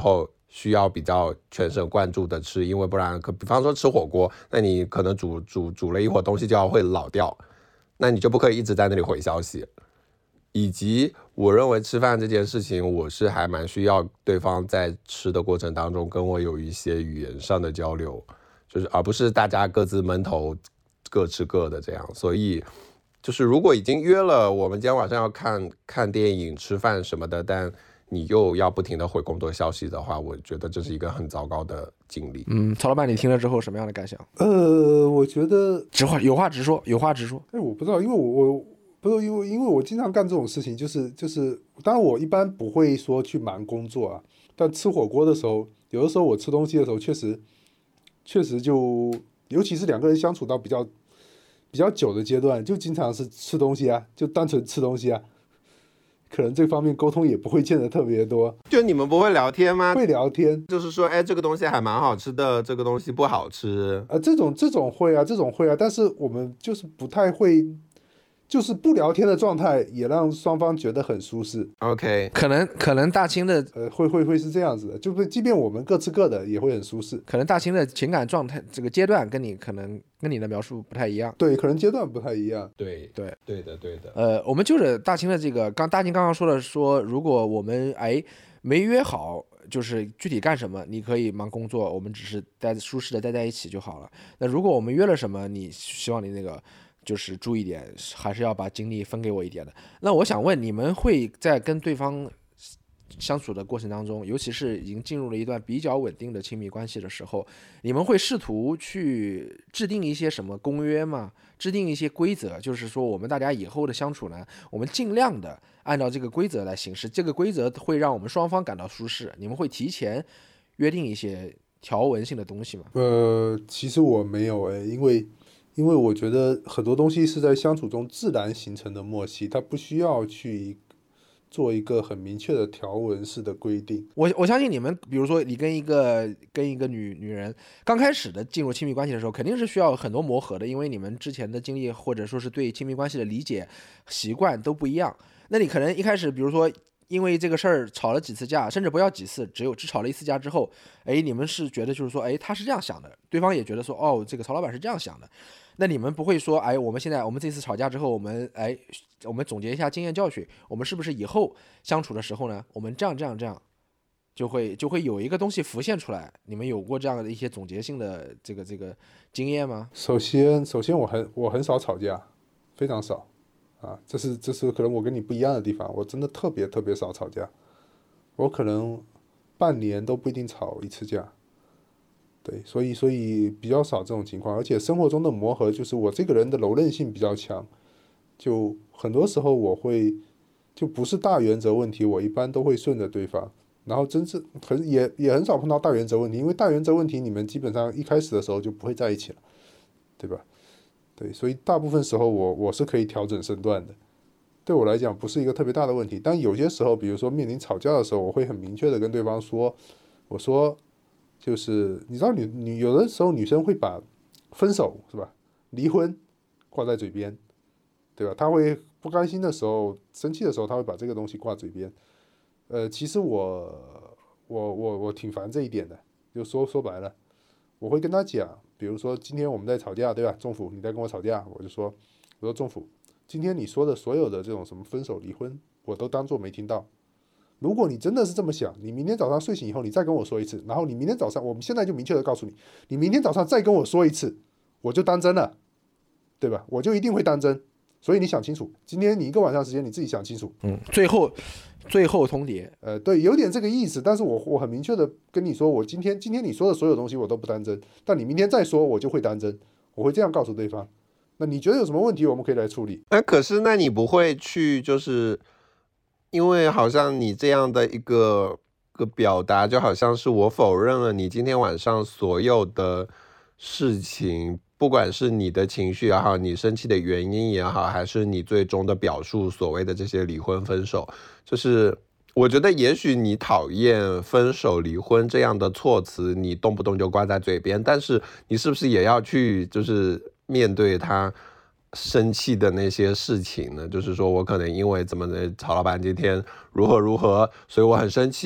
需要比较全神贯注的吃，因为不然可比方说吃火锅，那你可能煮煮煮了一会儿东西就要会老掉，那你就不可以一直在那里回消息。以及我认为吃饭这件事情，我是还蛮需要对方在吃的过程当中跟我有一些语言上的交流，就是而不是大家各自闷头各吃各的这样。所以就是如果已经约了我们今天晚上要看看电影吃饭什么的，但你又要不停的回工作消息的话，我觉得这是一个很糟糕的经历。 嗯，曹老板，你听了之后什么样的感想？ 呃，我觉得直话有话直说，有话直说。 哎，我不知道，因为我我不是因为因为我经常干这种事情，就是就是，当然我一般不会说去忙工作啊，但吃火锅的时候，有的时候我吃东西的时候，确实确实就，尤其是两个人相处到比较比较久的阶段，就经常是吃东西啊，就单纯吃东西啊。可能这方面沟通也不会见得特别多。 就你们不会聊天吗？ 会聊天， 就是说，哎，这个东西还蛮好吃的，这个东西不好吃。 呃，这种这种会啊，这种会啊，但是我们就是不太会，就是不聊天的状态，也让双方觉得很舒适。 OK， 可能可能大清的呃，会会会是这样子的，就是即便我们各吃各的，也会很舒适。 可能大清的情感状态这个阶段跟你可能跟你的描述不太一样。 对，可能阶段不太一样。 对对对的对的。 呃，我们就着大清的这个，刚大清刚刚说了说，如果我们哎没约好，就是具体干什么，你可以忙工作，我们只是待舒适的待在一起就好了。那如果我们约了什么，你希望你那个就是注意点，还是要把精力分给我一点的。那我想问，你们会在跟对方相处的过程当中，尤其是已经进入了一段比较稳定的亲密关系的时候，你们会试图去制定一些什么公约吗？制定一些规则，就是说我们大家以后的相处呢，我们尽量的按照这个规则来行事，这个规则会让我们双方感到舒适。你们会提前约定一些条文性的东西吗？ 呃，其实我没有诶，因为因为我觉得很多东西是在相处中自然形成的默契，它不需要去做一个很明确的条文式的规定。 我我相信你们，比如说你跟一个跟一个女女人刚开始的进入亲密关系的时候，肯定是需要很多磨合的，因为你们之前的经历或者说是对亲密关系的理解习惯都不一样。那你可能一开始，比如说因为这个事儿吵了几次架，甚至不要几次，只有只吵了一次架之后，哎，你们是觉得就是说，哎，他是这样想的，对方也觉得说，哦，这个曹老板是这样想的。那你们不会说，哎，我们现在我们这次吵架之后，我们哎，我们总结一下经验教训，我们是不是以后相处的时候呢，我们这样这样这样，就会就会有一个东西浮现出来。你们有过这样的一些总结性的这个这个经验吗？ 首先，首先我很我很少吵架，非常少啊，这是这是可能我跟你不一样的地方，我真的特别特别少吵架，我可能半年都不一定吵一次架。对，所以所以比较少这种情况，而且生活中的磨合，就是我这个人的柔韧性比较强，就很多时候我会就不是大原则问题，我一般都会顺着对方，然后真正很也也很少碰到大原则问题，因为大原则问题你们基本上一开始的时候就不会在一起了，对吧？对，所以大部分时候我我是可以调整身段的，对我来讲不是一个特别大的问题。但有些时候，比如说面临吵架的时候，我会很明确的跟对方说，我说。就是你知道女女有的时候女生会把分手是吧离婚挂在嘴边，对吧？她会不开心的时候生气的时候她会把这个东西挂嘴边。呃，其实我我我我挺烦这一点的，就说说白了，我会跟她讲，比如说今天我们在吵架对吧，仲甫你在跟我吵架，我就说我说仲甫，今天你说的所有的这种什么分手离婚我都当作没听到。如果你真的是这么想，你明天早上睡醒以后，你再跟我说一次，然后你明天早上，我们现在就明确的告诉你，你明天早上再跟我说一次，我就当真了，对吧？我就一定会当真。所以你想清楚，今天你一个晚上时间，你自己想清楚。 嗯，最后，最后通牒。 呃，对，有点这个意思，但是我我很明确的跟你说，我今天今天你说的所有东西我都不当真，但你明天再说，我就会当真，我会这样告诉对方。那你觉得有什么问题，我们可以来处理。 哎，可是那你不会去就是。因为好像你这样的一个个表达，就好像是我否认了你今天晚上所有的事情，不管是你的情绪也好，你生气的原因也好，还是你最终的表述所谓的这些离婚分手，就是我觉得也许你讨厌分手离婚这样的措辞，你动不动就挂在嘴边，但是你是不是也要去就是面对它生气的那些事情呢？就是说我可能因为怎么的曹老板今天如何如何，所以我很生气。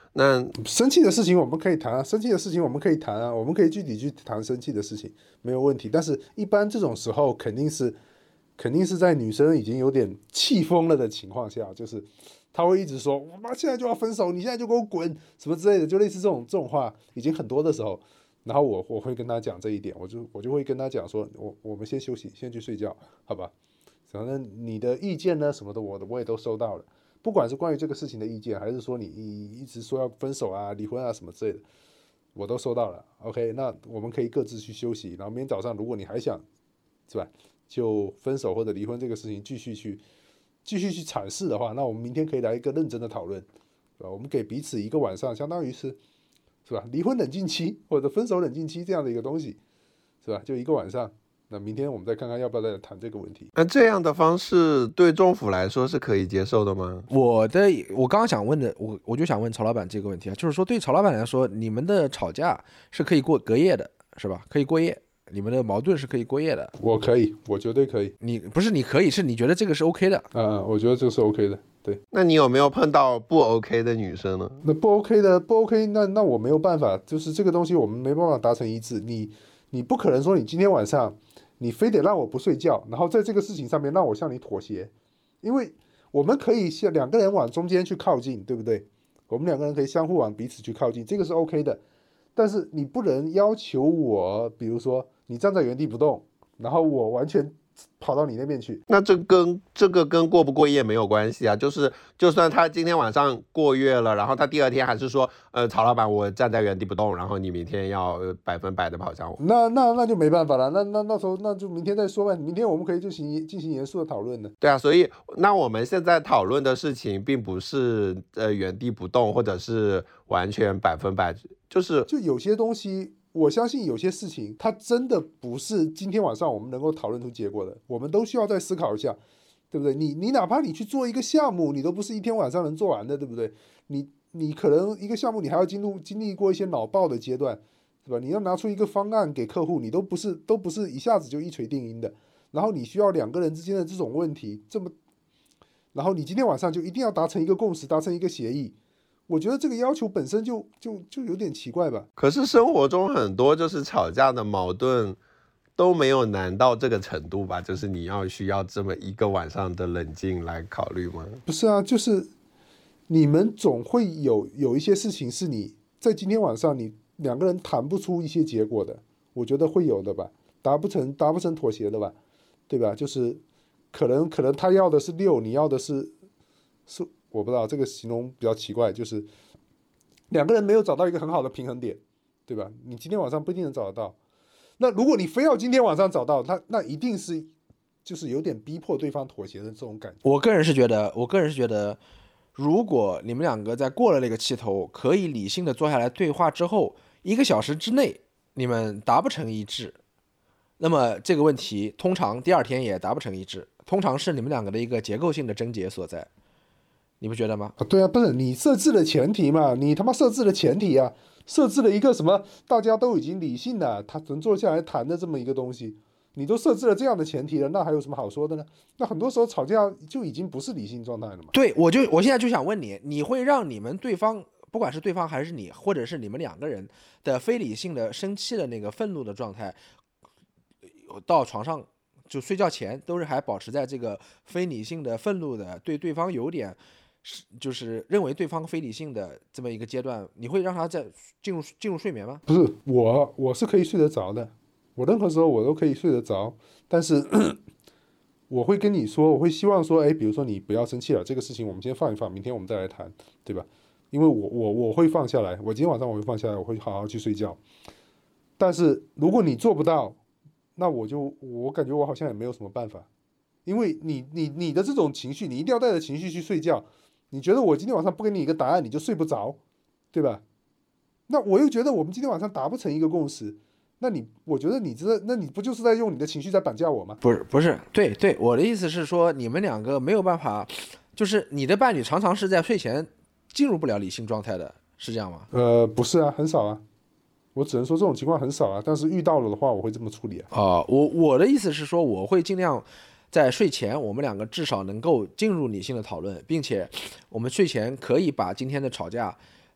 那生气的事情我们可以谈啊，生气的事情我们可以谈啊，我们可以具体去谈生气的事情，没有问题。但是，一般这种时候肯定是，肯定是在女生已经有点气疯了的情况下，就是她会一直说：“我妈现在就要分手，你现在就给我滚，什么之类的，就类似这种这种话，已经很多的时候。”然后我我会跟她讲这一点，我就我就会跟她讲说：“我我们先休息，先去睡觉，好吧？反正你的意见呢什么的，我的我也都收到了。”不管是关于这个事情的意见，还是说你一直说要分手啊、离婚啊什么之类的，我都收到了。OK， 那我们可以各自去休息。然后明天早上，如果你还想，是吧，就分手或者离婚这个事情继续去继续去阐释的话，那我们明天可以来一个认真的讨论，是吧？我们给彼此一个晚上，相当于是，是吧？离婚冷静期或者分手冷静期这样的一个东西，是吧？就一个晚上。那明天我们再看看要不要再谈这个问题。 那这样的方式对政府来说是可以接受的吗？ 我的我刚刚想问的，我我就想问曹老板这个问题啊，就是说对曹老板来说，你们的吵架是可以过隔夜的，是吧？可以过夜，你们的矛盾是可以过夜的。 我可以，我绝对可以。 你不是你可以，是你觉得这个是 OK 的。 啊、呃，我觉得这是 OK 的。对， 那你有没有碰到不 OK 的女生呢？ 那不 OK 的不 OK，那那我没有办法，就是这个东西我们没办法达成一致。你你不可能说你今天晚上。你非得让我不睡觉，然后在这个事情上面让我向你妥协，因为我们可以两个人往中间去靠近，对不对？我们两个人可以相互往彼此去靠近，这个是 OK 的。但是你不能要求我，比如说你站在原地不动，然后我完全跑到你那边去。 那这跟这个跟过不过夜没有关系啊，就是就算他今天晚上过夜了，然后他第二天还是说，呃，曹老板我站在原地不动，然后你明天要、呃、百分百的跑向我， 那那那就没办法了，那那那时候那就明天再说吧，明天我们可以进行进行严肃的讨论的。 对啊，所以那我们现在讨论的事情并不是呃原地不动，或者是完全百分百，就是就有些东西。我相信有些事情它真的不是今天晚上我们能够讨论出结果的，我们都需要再思考一下，对不对？你你哪怕你去做一个项目，你都不是一天晚上能做完的，对不对？你你可能一个项目你还要经历经历过一些脑爆的阶段，是吧？你要拿出一个方案给客户，你都不是都不是一下子就一锤定音的，然后你需要两个人之间的这种问题这么，然后你今天晚上就一定要达成一个共识，达成一个协议。我觉得这个要求本身就就就有点奇怪吧。 可是生活中很多就是吵架的矛盾都没有难到这个程度吧？就是你要需要这么一个晚上的冷静来考虑吗？ 不是啊，就是你们总会有有一些事情是你在今天晚上你两个人谈不出一些结果的，我觉得会有的吧，达不成达不成妥协的吧，对吧？就是可能可能他要的是六，你要的是是。我不知道这个形容比较奇怪，就是两个人没有找到一个很好的平衡点，对吧？你今天晚上不一定能找得到。那如果你非要今天晚上找到，那那一定是就是有点逼迫对方妥协的这种感觉。 我个人是觉得，我个人是觉得，如果你们两个在过了那个气头，可以理性的坐下来对话之后，一个小时之内你们达不成一致，那么这个问题通常第二天也达不成一致，通常是你们两个的一个结构性的症结所在。你不觉得吗？ 啊，对啊，不是你设置的前提嘛？你他妈设置的前提啊，设置了一个什么大家都已经理性了，他能坐下来谈的这么一个东西，你都设置了这样的前提了，那还有什么好说的呢？那很多时候吵架就已经不是理性状态了嘛。 对，我就我现在就想问你，你会让你们对方，不管是对方还是你，或者是你们两个人的非理性的生气的那个愤怒的状态，到床上就睡觉前都是还保持在这个非理性的愤怒的，对对方有点。就是认为对方非理性的这么一个阶段，你会让他在进入进入睡眠吗？ 不是，我我是可以睡得着的，我任何时候我都可以睡得着，但是我会跟你说，我会希望说，哎，比如说你不要生气了，这个事情我们先放一放，明天我们再来谈，对吧？因为我我我会放下来，我今天晚上我会放下来，我会好好去睡觉。但是如果你做不到，那我就我感觉我好像也没有什么办法，因为你你你的这种情绪，你一定要带着情绪去睡觉。你觉得我今天晚上不给你一个答案你就睡不着，对吧？那我又觉得我们今天晚上达不成一个共识，那你我觉得你这那你不就是在用你的情绪在绑架我吗？ 不是不是，对对，我的意思是说你们两个没有办法，就是你的伴侣常常是在睡前进入不了理性状态的，是这样吗？ 呃，不是啊，很少啊，我只能说这种情况很少啊，但是遇到了的话我会这么处理啊。 哦，我我的意思是说我会尽量在睡前我们两个至少能够进入理性的讨论，并且我们睡前可以把今天的吵架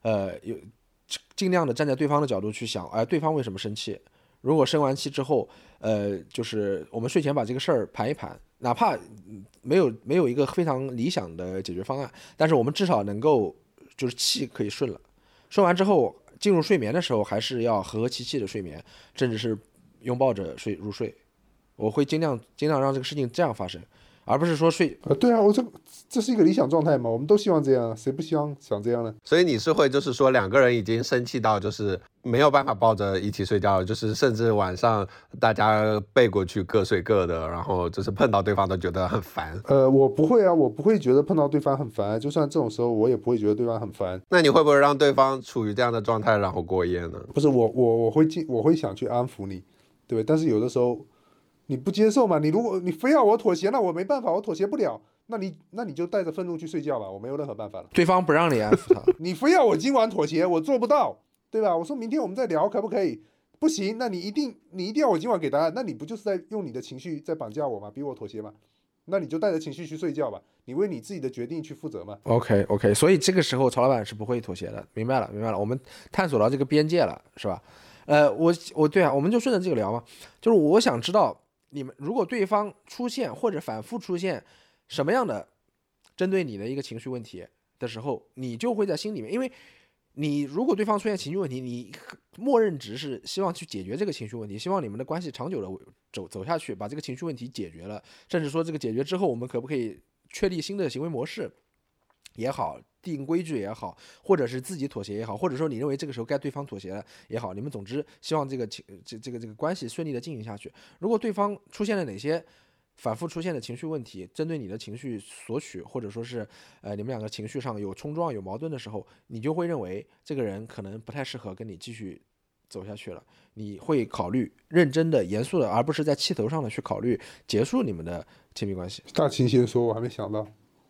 呃，有尽量的站在对方的角度去想，哎、对方为什么生气？如果生完气之后，呃，就是我们睡前把这个事儿盘一盘，哪怕没有没有一个非常理想的解决方案，但是我们至少能够就是气可以顺了。顺完之后进入睡眠的时候，还是要和和气气的睡眠，甚至是拥抱着睡入睡。我会尽量尽量让这个事情这样发生，而不是说睡。 呃，对啊，我这这是一个理想状态嘛，我们都希望这样，谁不希望想这样呢？ 所以你是会就是说两个人已经生气到就是没有办法抱着一起睡觉，就是甚至晚上大家背过去各睡各的，然后就是碰到对方都觉得很烦。 呃，我不会啊，我不会觉得碰到对方很烦，就算这种时候我也不会觉得对方很烦。 那你会不会让对方处于这样的状态然后过夜呢？ 不是我我我会尽我会想去安抚你，对不对？但是有的时候你不接受嘛，你如果你非要我妥协，那我没办法，我妥协不了。那你那你就带着愤怒去睡觉吧，我没有任何办法了。 对方不让你安抚他， 你非要我今晚妥协，我做不到，对吧？我说明天我们再聊，可不可以？不行，那你一定你一定要我今晚给答案，那你不就是在用你的情绪在绑架我吗？逼我妥协吗？那你就带着情绪去睡觉吧，你为你自己的决定去负责嘛。 OK OK， 所以这个时候曹老板是不会妥协的，明白了明白了，我们探索到这个边界了，是吧？呃，我我对啊，我们就顺着这个聊嘛，就是我想知道你们如果对方出现或者反复出现什么样的针对你的一个情绪问题的时候，你就会在心里面，因为你如果对方出现情绪问题，你默认值是希望去解决这个情绪问题，希望你们的关系长久的走走下去，把这个情绪问题解决了，甚至说这个解决之后，我们可不可以确立新的行为模式也好，定规矩也好，或者是自己妥协也好，或者说你认为这个时候该对方妥协了也好，你们总之希望这个情这这个这个关系顺利的进行下去。如果对方出现了哪些反复出现的情绪问题，针对你的情绪索取，或者说是呃你们两个情绪上有冲撞有矛盾的时候，你就会认为这个人可能不太适合跟你继续走下去了，你会考虑认真的严肃的，而不是在气头上的去考虑结束你们的亲密关系。 大秦先说，我还没想到，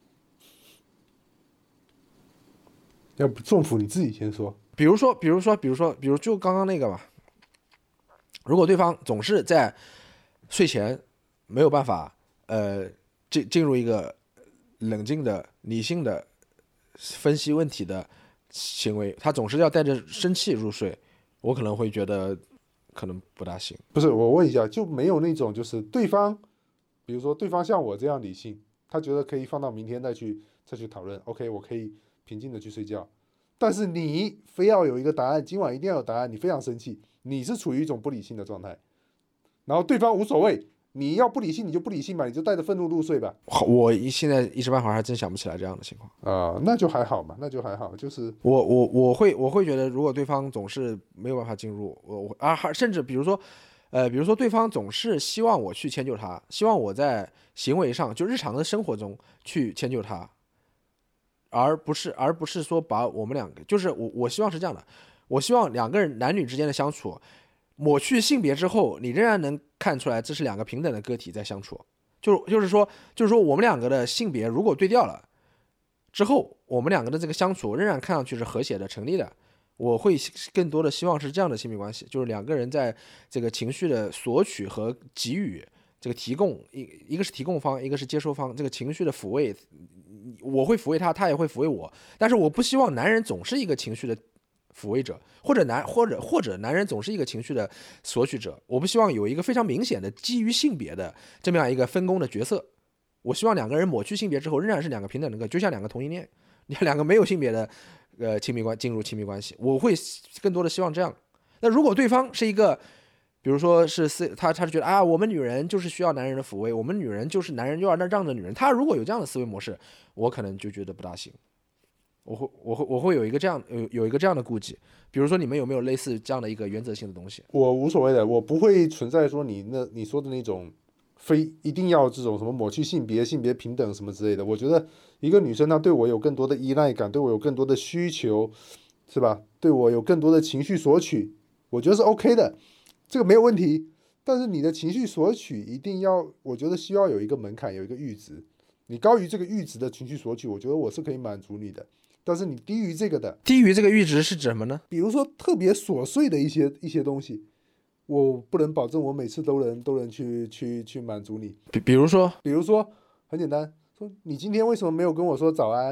要不仲甫你自己先说。 比如说比如说比如说比如就刚刚那个吧，如果对方总是在睡前没有办法呃进进入一个冷静的理性的分析问题的行为，他总是要带着生气入睡，我可能会觉得可能不大行。 不是，我问一下，就没有那种就是对方，比如说对方像我这样理性，他觉得可以放到明天再去再去讨论 ，OK， 我可以平静的去睡觉。但是你非要有一个答案，今晚一定要有答案，你非常生气，你是处于一种不理性的状态，然后对方无所谓，你要不理性你就不理性吧，你就带着愤怒入睡吧。 我现在一时半会儿还真想不起来这样的情况啊、呃，那就还好嘛，那就还好，就是我我我会我会觉得，如果对方总是没有办法进入我我啊，甚至比如说，呃，比如说对方总是希望我去迁就他，希望我在行为上就日常的生活中去迁就他，而不是而不是说把我们两个，就是我我希望是这样的，我希望两个人男女之间的相处，抹去性别之后，你仍然能看出来这是两个平等的个体在相处，就就是说就是说我们两个的性别如果对调了之后，我们两个的这个相处仍然看上去是和谐的、成立的。我会更多的希望是这样的亲密关系，就是两个人在这个情绪的索取和给予，这个提供一一个是提供方，一个是接收方，这个情绪的抚慰，我会抚慰他，他也会抚慰我。但是我不希望男人总是一个情绪的抚慰者，或者男或者或者男人总是一个情绪的索取者。我不希望有一个非常明显的基于性别的这么样一个分工的角色。我希望两个人抹去性别之后，仍然是两个平等的个，就像两个同性恋，两个没有性别的呃亲密关进入亲密关系，我会更多的希望这样。那如果对方是一个，比如说是思他他是觉得啊，我们女人就是需要男人的抚慰，我们女人就是男人就要让着女人，他如果有这样的思维模式，我可能就觉得不大行。我会我会我会有一个这样有有一个这样的顾忌。比如说你们有没有类似这样的一个原则性的东西？ 我无所谓的，我不会存在说你那你说的那种非一定要这种什么抹去性别、性别平等什么之类的。我觉得一个女生她对我有更多的依赖感，对我有更多的需求，是吧？对我有更多的情绪索取，我觉得是 OK 的，这个没有问题。但是你的情绪索取一定要，我觉得需要有一个门槛，有一个阈值。你高于这个阈值的情绪索取，我觉得我是可以满足你的。但是你低于这个的， 低于这个阈值是指什么呢？ 比如说特别琐碎的一些一些东西，我不能保证我每次都能都能去去去满足你。 比比如说， 比如说很简单，说你今天为什么没有跟我说早安，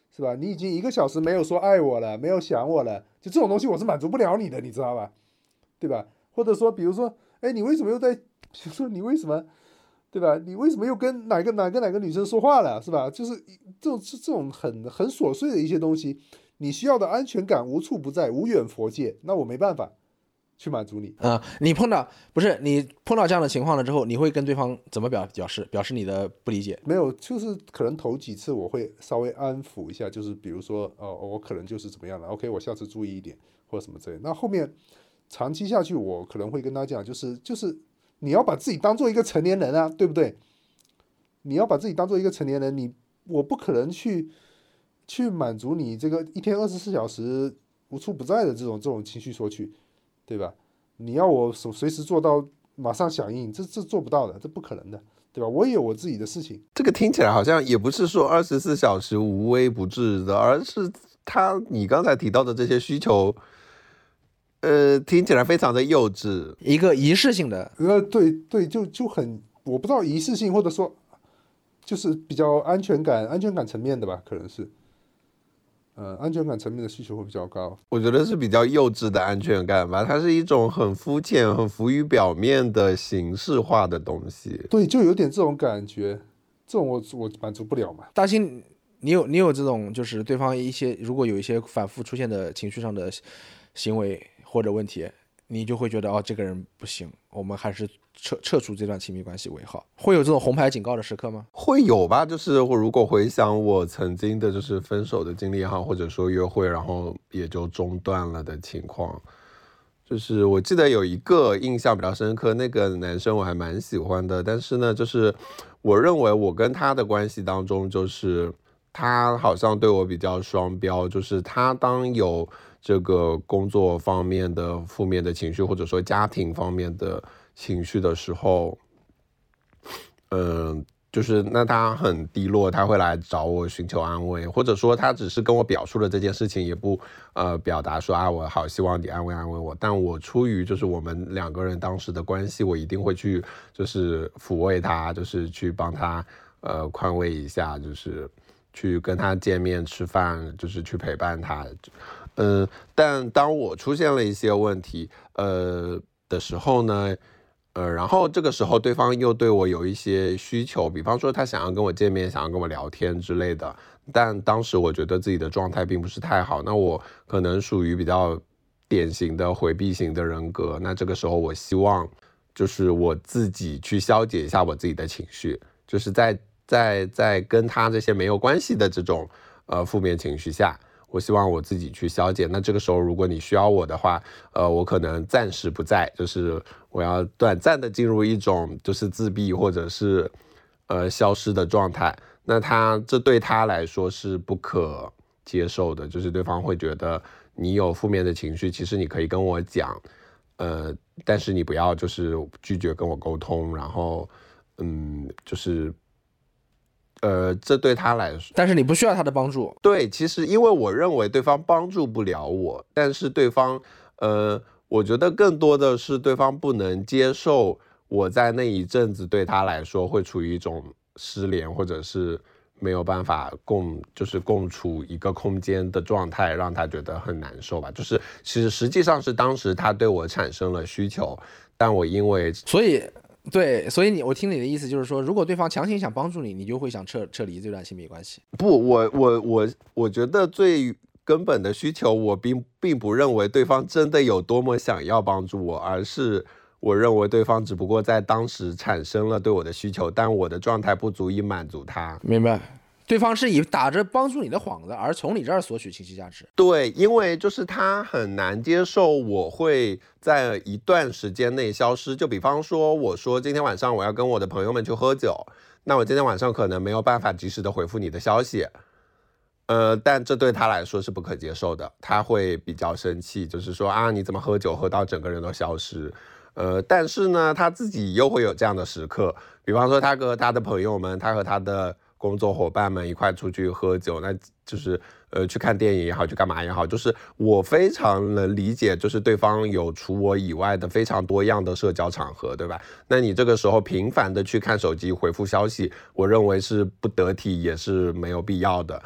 是吧？你已经一个小时没有说爱我了，没有想我了，就这种东西我是满足不了你的，你知道吧？对吧？或者说，比如说，哎，你为什么又在，比如说你为什么，对吧？你为什么又跟哪个哪个哪个女生说话了，是吧？就是这种这种很很琐碎的一些东西，你需要的安全感无处不在，无远弗届，那我没办法去满足你。 啊、呃，你碰到不是你碰到这样的情况了之后，你会跟对方怎么表表示表示你的不理解？ 没有，就是可能头几次我会稍微安抚一下，就是比如说，哦，我可能就是怎么样了 ，OK， 我下次注意一点或者什么之类的。那后面长期下去，我可能会跟他讲，就是就是你要把自己当做一个成年人啊，对不对？你要把自己当做一个成年人，你我不可能去去满足你这个一天二十四小时无处不在的这种这种情绪索取，对吧？你要我随时做到马上响应，这这做不到的，这不可能的，对吧？我也有我自己的事情。 这个听起来好像也不是说二十四小时无微不至的，而是他你刚才提到的这些需求，呃，听起来非常的幼稚， 一个仪式性的。 呃，对对，就就很我不知道仪式性，或者说就是比较安全感、安全感层面的吧，可能是。呃，安全感层面的需求会比较高， 我觉得是比较幼稚的安全感吧，它是一种很肤浅、很浮于表面的形式化的东西。 对，就有点这种感觉，这种我我满足不了嘛。 大兴，你有你有这种就是对方一些如果有一些反复出现的情绪上的行为或者问题，你就会觉得哦，这个人不行，我们还是撤撤出这段亲密关系为好。会有这种红牌警告的时刻吗？ 会有吧，就是我如果回想我曾经的就是分手的经历也好，或者说约会然后也就中断了的情况，就是我记得有一个印象比较深刻，那个男生我还蛮喜欢的，但是呢，就是我认为我跟他的关系当中，就是他好像对我比较双标，就是他当有这个工作方面的负面的情绪，或者说家庭方面的情绪的时候，嗯、呃，就是那他很低落，他会来找我寻求安慰，或者说他只是跟我表述了这件事情，也不呃表达说啊我好希望你安慰安慰我，但我出于就是我们两个人当时的关系，我一定会去就是抚慰他，就是去帮他呃宽慰一下，就是去跟他见面吃饭，就是去陪伴他。嗯、呃，但当我出现了一些问题呃的时候呢，呃，然后这个时候对方又对我有一些需求，比方说他想要跟我见面，想要跟我聊天之类的，但当时我觉得自己的状态并不是太好，那我可能属于比较典型的回避型的人格，那这个时候我希望就是我自己去消解一下我自己的情绪，就是在在在跟他这些没有关系的这种呃负面情绪下，我希望我自己去消解。那这个时候如果你需要我的话，呃，我可能暂时不在，就是我要短暂的进入一种就是自闭或者是呃消失的状态。那他这对他来说是不可接受的，就是对方会觉得你有负面的情绪，其实你可以跟我讲，呃，但是你不要就是拒绝跟我沟通，然后嗯，就是。呃，这对他来说， 但是你不需要他的帮助。 对，其实因为我认为对方帮助不了我，但是对方，呃，我觉得更多的是对方不能接受我在那一阵子对他来说会处于一种失联，或者是没有办法共，就是共处一个空间的状态，让他觉得很难受吧。就是其实实际上是当时他对我产生了需求，但我因为所以。对，所以你我听你的意思就是说，如果对方强行想帮助你，你就会想撤撤离这段亲密关系。 不，我我我我觉得最根本的需求，我并并不认为对方真的有多么想要帮助我，而是我认为对方只不过在当时产生了对我的需求，但我的状态不足以满足他。 明白。对方是以打着帮助你的幌子，而从你这儿索取情绪价值。 对，因为就是他很难接受我会在一段时间内消失。就比方说，我说今天晚上我要跟我的朋友们去喝酒，那我今天晚上可能没有办法及时的回复你的消息，呃，但这对他来说是不可接受的，他会比较生气，就是说啊，你怎么喝酒喝到整个人都消失？呃，但是呢，他自己又会有这样的时刻，比方说他和他的朋友们，他和他的工作伙伴们一块出去喝酒，那就是呃去看电影也好，去干嘛也好，就是我非常能理解，就是对方有除我以外的非常多样的社交场合，对吧？那你这个时候频繁的去看手机回复消息，我认为是不得体，也是没有必要的。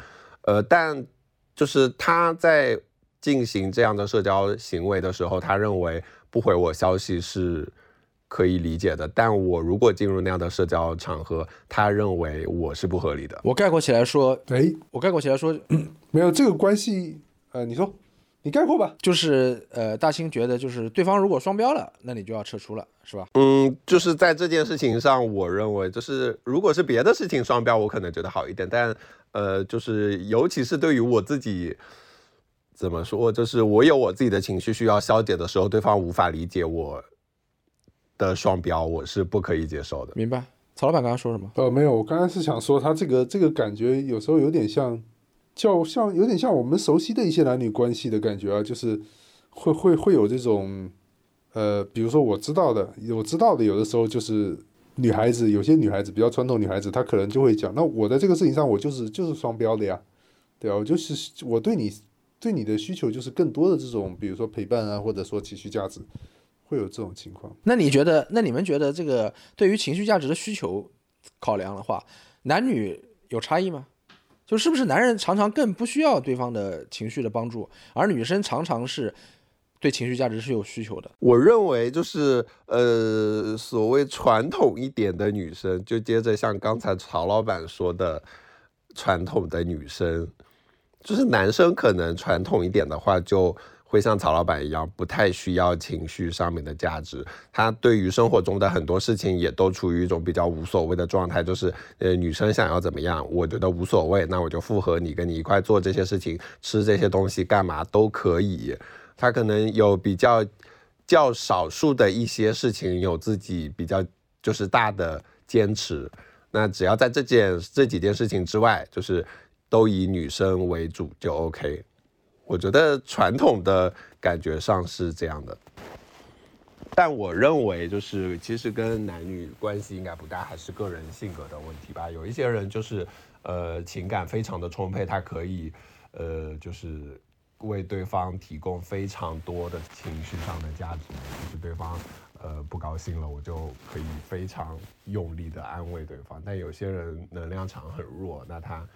呃，但就是他在进行这样的社交行为的时候，他认为不回我消息是可以理解的，但我如果进入那样的社交场合，他认为我是不合理的。 我概括起来说， 哎， 我概括起来说， 没有这个关系，呃，你说，你概括吧。 就是呃，大清觉得就是对方如果双标了，那你就要撤出了，是吧？ 嗯，就是在这件事情上，我认为就是如果是别的事情双标，我可能觉得好一点，但呃，就是尤其是对于我自己。怎么说？就是我有我自己的情绪需要消解的时候，对方无法理解我的双标，我是不可以接受的。 明白。曹老板刚刚说什么？ 呃，没有，我刚才是想说，他这个这个感觉有时候有点像，较像有点像我们熟悉的一些男女关系的感觉啊，就是会会会有这种，呃，比如说我知道的，我知道的，有的时候就是女孩子，有些女孩子比较传统女孩子，她可能就会讲，那我在这个事情上我就是就是双标的呀，对啊，我就是我对你。对你的需求就是更多的这种，比如说陪伴啊，或者说情绪价值，会有这种情况。 那你觉得，那你们觉得这个对于情绪价值的需求考量的话，男女有差异吗？就是不是男人常常更不需要对方的情绪的帮助，而女生常常是对情绪价值是有需求的？ 我认为就是呃，所谓传统一点的女生，就接着像刚才曹老板说的，传统的女生。就是男生可能传统一点的话，就会像曹老板一样，不太需要情绪上面的价值。他对于生活中的很多事情也都处于一种比较无所谓的状态，就是呃，女生想要怎么样，我觉得无所谓，那我就附和你，跟你一块做这些事情，吃这些东西，干嘛都可以。他可能有比较较少数的一些事情有自己比较就是大的坚持，那只要在这件这几件事情之外，就是都以女生为主就 OK。 我觉得传统的感觉上是这样的，但我认为就是其实跟男女关系应该不大，还是个人性格的问题吧。有一些人就是呃情感非常的充沛，他可以呃就是为对方提供非常多的情绪上的价值，就是对方呃不高兴了，我就可以非常用力的安慰对方。但有些人能量场很弱，那他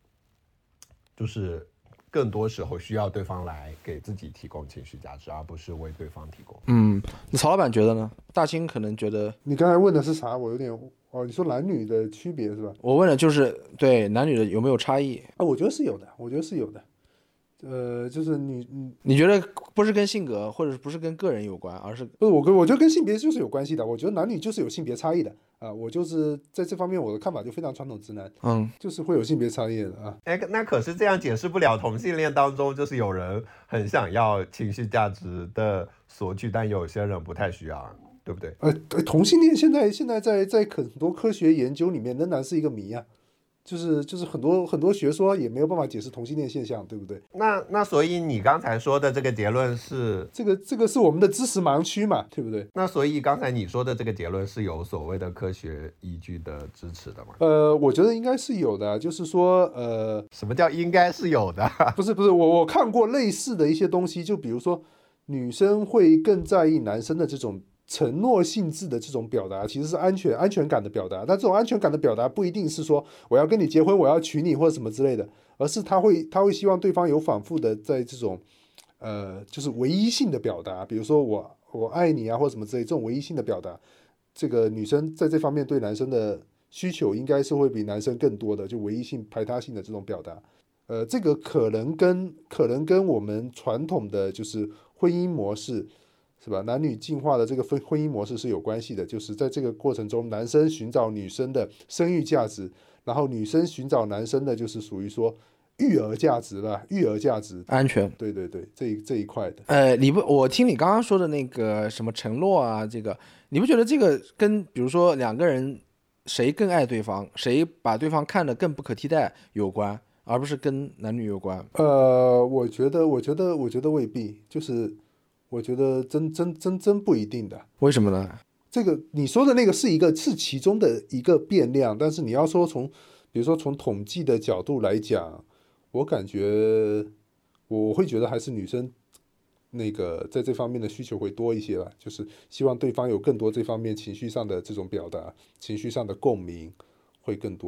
就是更多时候需要对方来给自己提供情绪价值，而不是为对方提供。 嗯，那曹老板觉得呢？大清可能觉得， 你刚才问的是啥？我有点哦，你说男女的区别是吧？ 我问的就是对男女的有没有差异？ 啊，我觉得是有的，我觉得是有的。呃，就是你你你觉得不是跟性格，或者不是跟个人有关，而是不是我跟我觉得跟性别就是有关系的。我觉得男女就是有性别差异的啊。我就是在这方面我的看法就非常传统直男， 嗯， 就是会有性别差异的啊。 哎，那可是这样解释不了同性恋当中就是有人很想要情绪价值的索取，但有些人不太需要，对不对？ 呃，同性恋现在现在在在很多科学研究里面仍然是一个谜啊。就是就是很多很多学说也没有办法解释同性恋现象，对不对？ 那那所以你刚才说的这个结论是这个这个是我们的知识盲区嘛，对不对？ 那所以刚才你说的这个结论是有所谓的科学依据的支持的吗？ 呃，我觉得应该是有的，就是说，呃， 什么叫应该是有的？ 不是不是，我我看过类似的一些东西，就比如说女生会更在意男生的这种承诺性质的这种表达，其实是安全安全感的表达。但这种安全感的表达不一定是说我要跟你结婚，我要娶你或者什么之类的，而是他会他会希望对方有反复的在这种呃就是唯一性的表达，比如说我我爱你啊或者什么之类，这种唯一性的表达，这个女生在这方面对男生的需求应该是会比男生更多的，就唯一性排他性的这种表达。呃，这个可能跟可能跟我们传统的就是婚姻模式。是吧？男女进化的这个婚婚姻模式是有关系的，就是在这个过程中，男生寻找女生的生育价值，然后女生寻找男生的，就是属于说育儿价值吧，育儿价值， 安全。 对对对，这一这一块的。 呃，你不，我听你刚刚说的那个什么承诺啊，这个你不觉得这个跟比如说两个人谁更爱对方，谁把对方看得更不可替代有关，而不是跟男女有关？ 呃，我觉得，我觉得，我觉得未必，就是。我觉得真真真真不一定的。 为什么呢？ 这个你说的那个是一个是其中的一个变量，但是你要说从比如说从统计的角度来讲，我感觉我会觉得还是女生那个在这方面的需求会多一些吧，就是希望对方有更多这方面情绪上的这种表达，情绪上的共鸣会更多。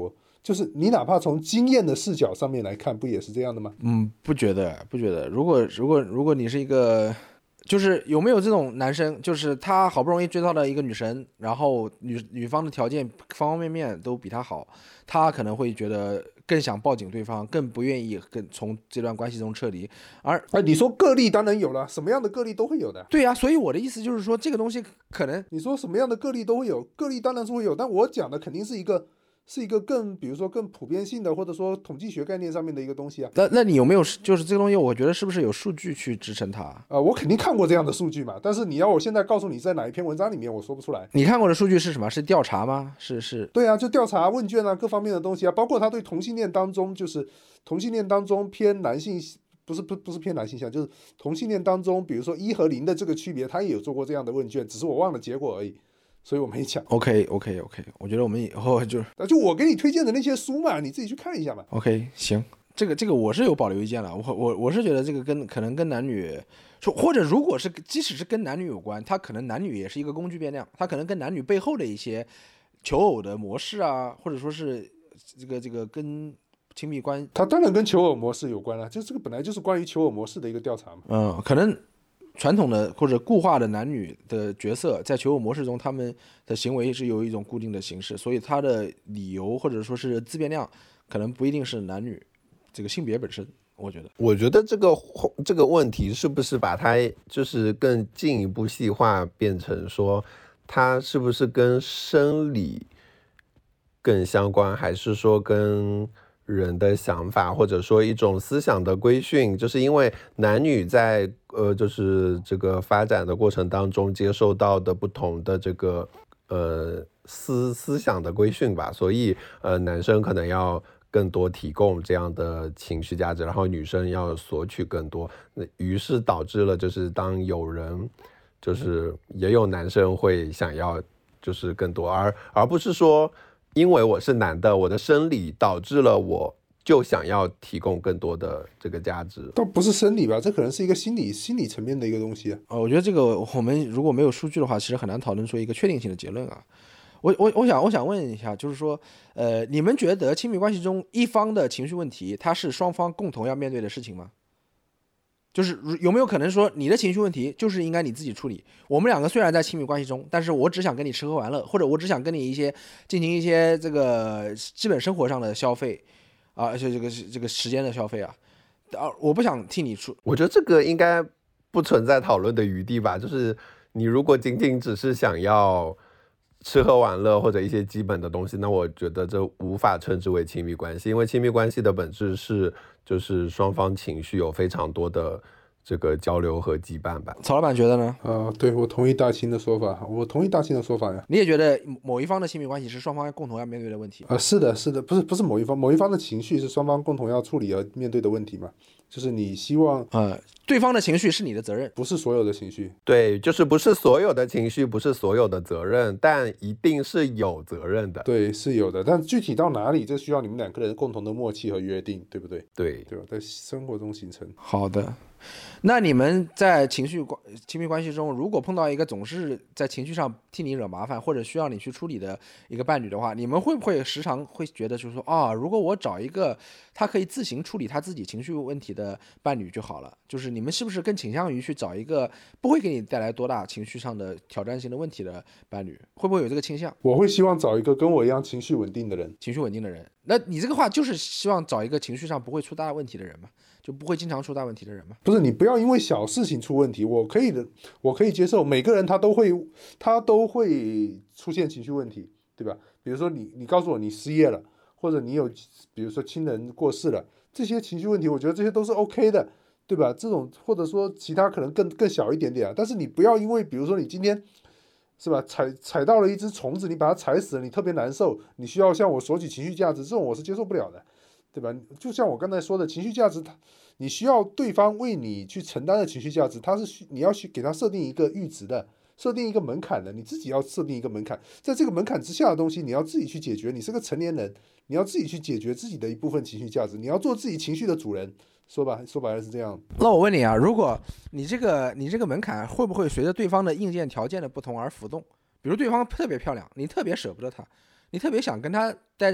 就是你哪怕从经验的视角上面来看，不也是这样的吗？ 嗯，不觉得，不觉得。如果如果如果你是一个，就是有没有这种男生，就是他好不容易追到了一个女神，然后女女方的条件方方面面都比他好，他可能会觉得更想抱紧对方，更不愿意跟从这段关系中撤离。而哎，你说个例当然有了，什么样的个例都会有的。 对呀、啊，所以我的意思就是说，这个东西可能你说什么样的个例都会有，个例当然是会有，但我讲的肯定是一个。是一个更，比如说更普遍性的，或者说统计学概念上面的一个东西啊。 那那你有没有就是这个东西？我觉得是不是有数据去支撑它？啊、 呃，我肯定看过这样的数据嘛，但是你要我现在告诉你在哪一篇文章里面，我说不出来。 你看过的数据是什么？是调查吗？是是？ 对啊，就调查问卷啊，各方面的东西啊，包括他对同性恋当中，就是同性恋当中偏男性，不是不不是偏男性向，就是同性恋当中，比如说一和零的这个区别，他也有做过这样的问卷，只是我忘了结果而已。所以我没讲。 OK OK OK， 我觉得我们以后就就我给你推荐的那些书嘛，你自己去看一下嘛。 OK， 行，这个这个我是有保留意见了。我我我是觉得这个跟可能跟男女说，或者如果是即使是跟男女有关，它可能男女也是一个工具变量，它可能跟男女背后的一些求偶的模式啊，或者说是这个这个跟亲密关， 它当然跟求偶模式有关了，就这个本来就是关于求偶模式的一个调查嘛。 嗯，可能。传统的或者固化的男女的角色，在求偶模式中，他们的行为是有一种固定的形式，所以他的理由或者说是自变量，可能不一定是男女这个性别本身。我觉得， 我觉得这个这个问题是不是把它就是更进一步细化，变成说它是不是跟生理更相关，还是说跟人的想法，或者说一种思想的规训，就是因为男女在呃，就是这个发展的过程当中接受到的不同的这个呃思思想的规训吧，所以呃男生可能要更多提供这样的情绪价值，然后女生要索取更多，那于是导致了就是当有人就是也有男生会想要就是更多，而而不是说。因为我是男的，我的生理导致了我就想要提供更多的这个价值。 倒不是生理吧，这可能是一个心理心理层面的一个东西啊。 呃，我觉得这个我们如果没有数据的话，其实很难讨论出一个确定性的结论啊。我我我想我想问一下，就是说，呃，你们觉得亲密关系中一方的情绪问题，它是双方共同要面对的事情吗？就是有没有可能说你的情绪问题就是应该你自己处理？我们两个虽然在亲密关系中，但是我只想跟你吃喝玩乐，或者我只想跟你一些进行一些这个基本生活上的消费啊，而且这个这个时间的消费啊，啊，我不想替你出。 我觉得这个应该不存在讨论的余地吧。就是你如果仅仅只是想要吃喝玩乐或者一些基本的东西，那我觉得这无法称之为亲密关系，因为亲密关系的本质是就是双方情绪有非常多的这个交流和羁绊吧。 曹老板觉得呢？ 啊、呃，对，我同意大清的说法，我同意大清的说法呀。 你也觉得某一方的亲密关系是双方共同要面对的问题？ 啊、呃，是的，是的，不是不是某一方，某一方的情绪是双方共同要处理和面对的问题嘛？就是你希望， 呃，对方的情绪是你的责任， 不是所有的情绪。 对，就是不是所有的情绪，不是所有的责任，但一定是有责任的。 对，是有的，但具体到哪里，这需要你们两个人共同的默契和约定，对不对？ 对， 对吧？在生活中形成。 好的。那你们在情绪关亲密关系中，如果碰到一个总是在情绪上替你惹麻烦，或者需要你去处理的一个伴侣的话，你们会不会时常会觉得，就是说啊，如果我找一个他可以自行处理他自己情绪问题的伴侣就好了？就是你们是不是更倾向于去找一个不会给你带来多大情绪上的挑战性的问题的伴侣？会不会有这个倾向？ 我会希望找一个跟我一样情绪稳定的人。 情绪稳定的人，那你这个话就是希望找一个情绪上不会出大问题的人嘛？就不会经常出大问题的人吗？ 不是，你不要因为小事情出问题，我可以的，我可以接受，每个人他都会，他都会出现情绪问题，对吧？比如说你，你告诉我你失业了，或者你有，比如说亲人过世了，这些情绪问题，我觉得这些都是 OK 的，对吧？这种或者说其他可能更更小一点点啊，但是你不要因为，比如说你今天是吧，踩踩到了一只虫子，你把它踩死了，你特别难受，你需要向我索取情绪价值，这种我是接受不了的。对吧？就像我刚才说的，情绪价值，你需要对方为你去承担的情绪价值，它是需你要去给他设定一个阈值的，设定一个门槛的，你自己要设定一个门槛，在这个门槛之下的东西，你要自己去解决。你是个成年人，你要自己去解决自己的一部分情绪价值，你要做自己情绪的主人。说吧，说白了是这样。 那我问你啊，如果你这个你这个门槛会不会随着对方的硬件条件的不同而浮动？比如对方特别漂亮，你特别舍不得她，你特别想跟她待在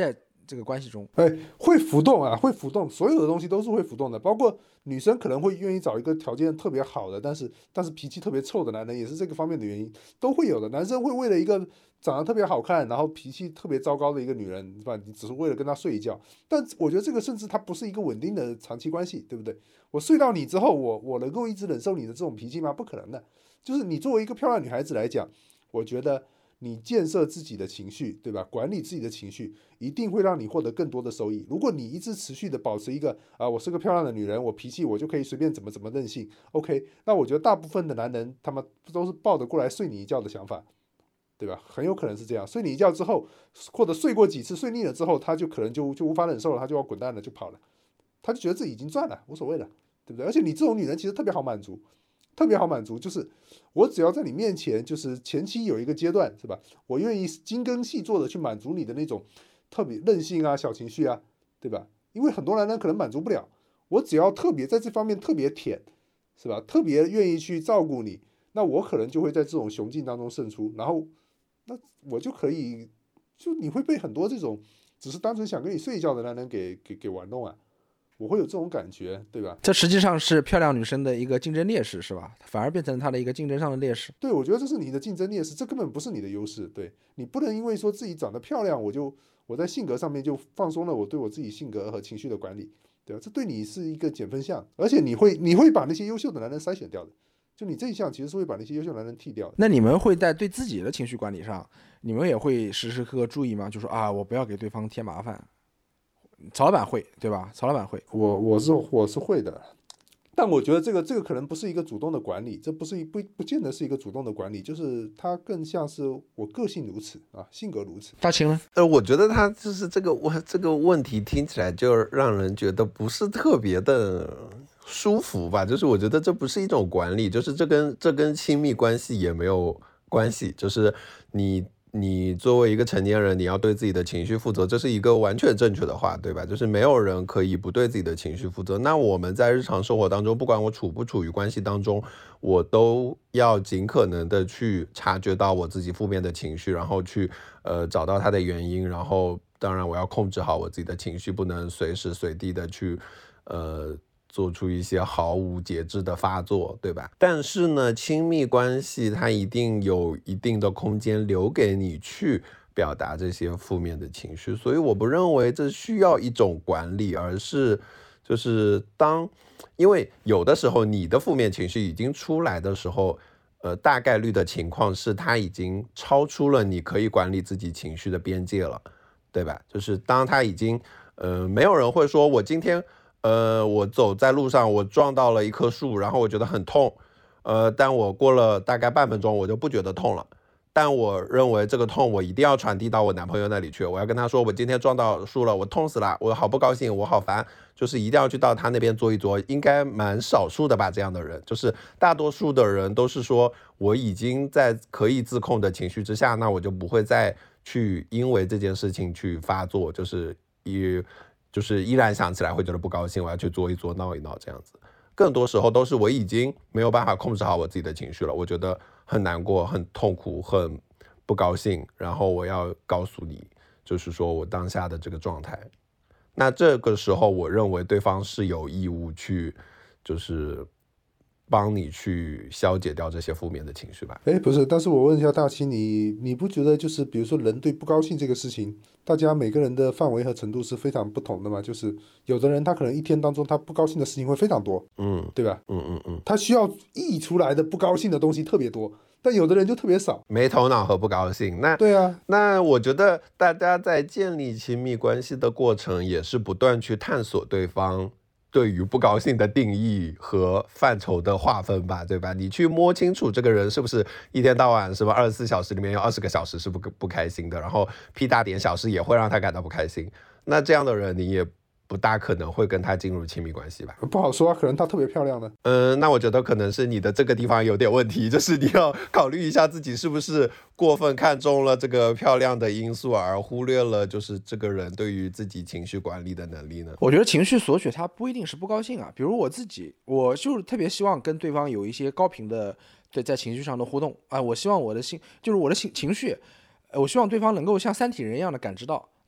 这个关系中。 哎，会浮动啊，会浮动，所有的东西都是会浮动的，包括女生可能会愿意找一个条件特别好的，但是但是脾气特别臭的男人，也是这个方面的原因，都会有的。男生会为了一个长得特别好看，然后脾气特别糟糕的一个女人，是吧？你只是为了跟她睡一觉，但我觉得这个甚至它不是一个稳定的长期关系，对不对？我睡到你之后，我我能够一直忍受你的这种脾气吗？不可能的。就是你作为一个漂亮女孩子来讲，我觉得你建设自己的情绪，对吧？管理自己的情绪，一定会让你获得更多的收益。如果你一直持续的保持一个啊、呃，我是个漂亮的女人，我脾气我就可以随便怎么怎么任性 ，OK， 那我觉得大部分的男人他们都是抱着过来睡你一觉的想法，对吧？很有可能是这样，睡你一觉之后，或者睡过几次睡腻了之后，他就可能就就无法忍受了，他就要滚蛋了，就跑了，他就觉得自己已经赚了，无所谓了，对不对？而且你这种女人其实特别好满足。特别好满足，就是我只要在你面前，就是前期有一个阶段，是吧？我愿意精耕细作的去满足你的那种特别任性啊、小情绪啊，对吧？因为很多男人可能满足不了，我只要特别在这方面特别舔，是吧？特别愿意去照顾你，那我可能就会在这种雄竞当中胜出，然后那我就可以，就你会被很多这种只是单纯想跟你睡一觉的男人给给给玩弄啊。我会有这种感觉，对吧？ 这实际上是漂亮女生的一个竞争劣势，是吧？反而变成了她的一个竞争上的劣势。 对，我觉得这是你的竞争劣势，这根本不是你的优势。对，你不能因为说自己长得漂亮，我就我在性格上面就放松了我对我自己性格和情绪的管理，对吧？这对你是一个减分项，而且你会你会把那些优秀的男人筛选掉的。就你这一项其实是会把那些优秀男人剃掉的。 那你们会在对自己的情绪管理上，你们也会时时刻刻注意吗？就说啊，我不要给对方添麻烦。曹老板会，对吧？曹老板会， 我我是我是会的，但我觉得这个这个可能不是一个主动的管理，这不是一不不见得是一个主动的管理，就是它更像是我个性如此啊，性格如此。 大清呢？ 呃，我觉得他就是这个我这个问题听起来就让人觉得不是特别的舒服吧，就是我觉得这不是一种管理，就是这跟这跟亲密关系也没有关系，就是你。你作为一个成年人，你要对自己的情绪负责，这是一个完全正确的话，对吧？就是没有人可以不对自己的情绪负责。那我们在日常生活当中，不管我处不处于关系当中，我都要尽可能的去察觉到我自己负面的情绪，然后去呃找到它的原因，然后当然我要控制好我自己的情绪，不能随时随地的去呃。做出一些毫无节制的发作，对吧？但是呢，亲密关系它一定有一定的空间留给你去表达这些负面的情绪，所以我不认为这需要一种管理，而是就是当，因为有的时候你的负面情绪已经出来的时候，呃，大概率的情况是它已经超出了你可以管理自己情绪的边界了，对吧？就是当它已经，呃，没有人会说我今天。呃，我走在路上，我撞到了一棵树，然后我觉得很痛，呃，但我过了大概半分钟，我就不觉得痛了。但我认为这个痛我一定要传递到我男朋友那里去，我要跟他说，我今天撞到树了，我痛死了，我好不高兴，我好烦，就是一定要去到他那边坐一坐。应该蛮少数的吧，这样的人，就是大多数的人都是说，我已经在可以自控的情绪之下，那我就不会再去因为这件事情去发作，就是以。就是依然想起来会觉得不高兴，我要去做一做闹一闹这样子。更多时候都是我已经没有办法控制好我自己的情绪了，我觉得很难过、很痛苦、很不高兴，然后我要告诉你，就是说我当下的这个状态。那这个时候我认为对方是有义务去就是帮你去消解掉这些负面的情绪吧。 哎，不是，但是我问一下大七，你你不觉得就是比如说人对不高兴这个事情，大家每个人的范围和程度是非常不同的嘛？就是有的人他可能一天当中他不高兴的事情会非常多， 嗯， 对吧？ 嗯嗯嗯， 他需要溢出来的不高兴的东西特别多，但有的人就特别少， 没头脑和不高兴。那对啊， 那我觉得大家在建立亲密关系的过程，也是不断去探索对方对于不高兴的定义和范畴的划分吧，对吧？你去摸清楚这个人是不是一天到晚是吧，二十四小时里面有二十个小时是不不开心的，然后屁大点小事也会让他感到不开心，那这样的人你也不大可能会跟他进入亲密关系吧。 不好说啊，可能她特别漂亮呢。 嗯，那我觉得可能是你的这个地方有点问题，就是你要考虑一下自己是不是过分看重了这个漂亮的因素，而忽略了就是这个人对于自己情绪管理的能力呢？ 我觉得情绪索取它不一定是不高兴啊，比如我自己，我就是特别希望跟对方有一些高频的对在情绪上的互动啊，我希望我的心就是我的情情绪，我希望对方能够像三体人一样的感知到。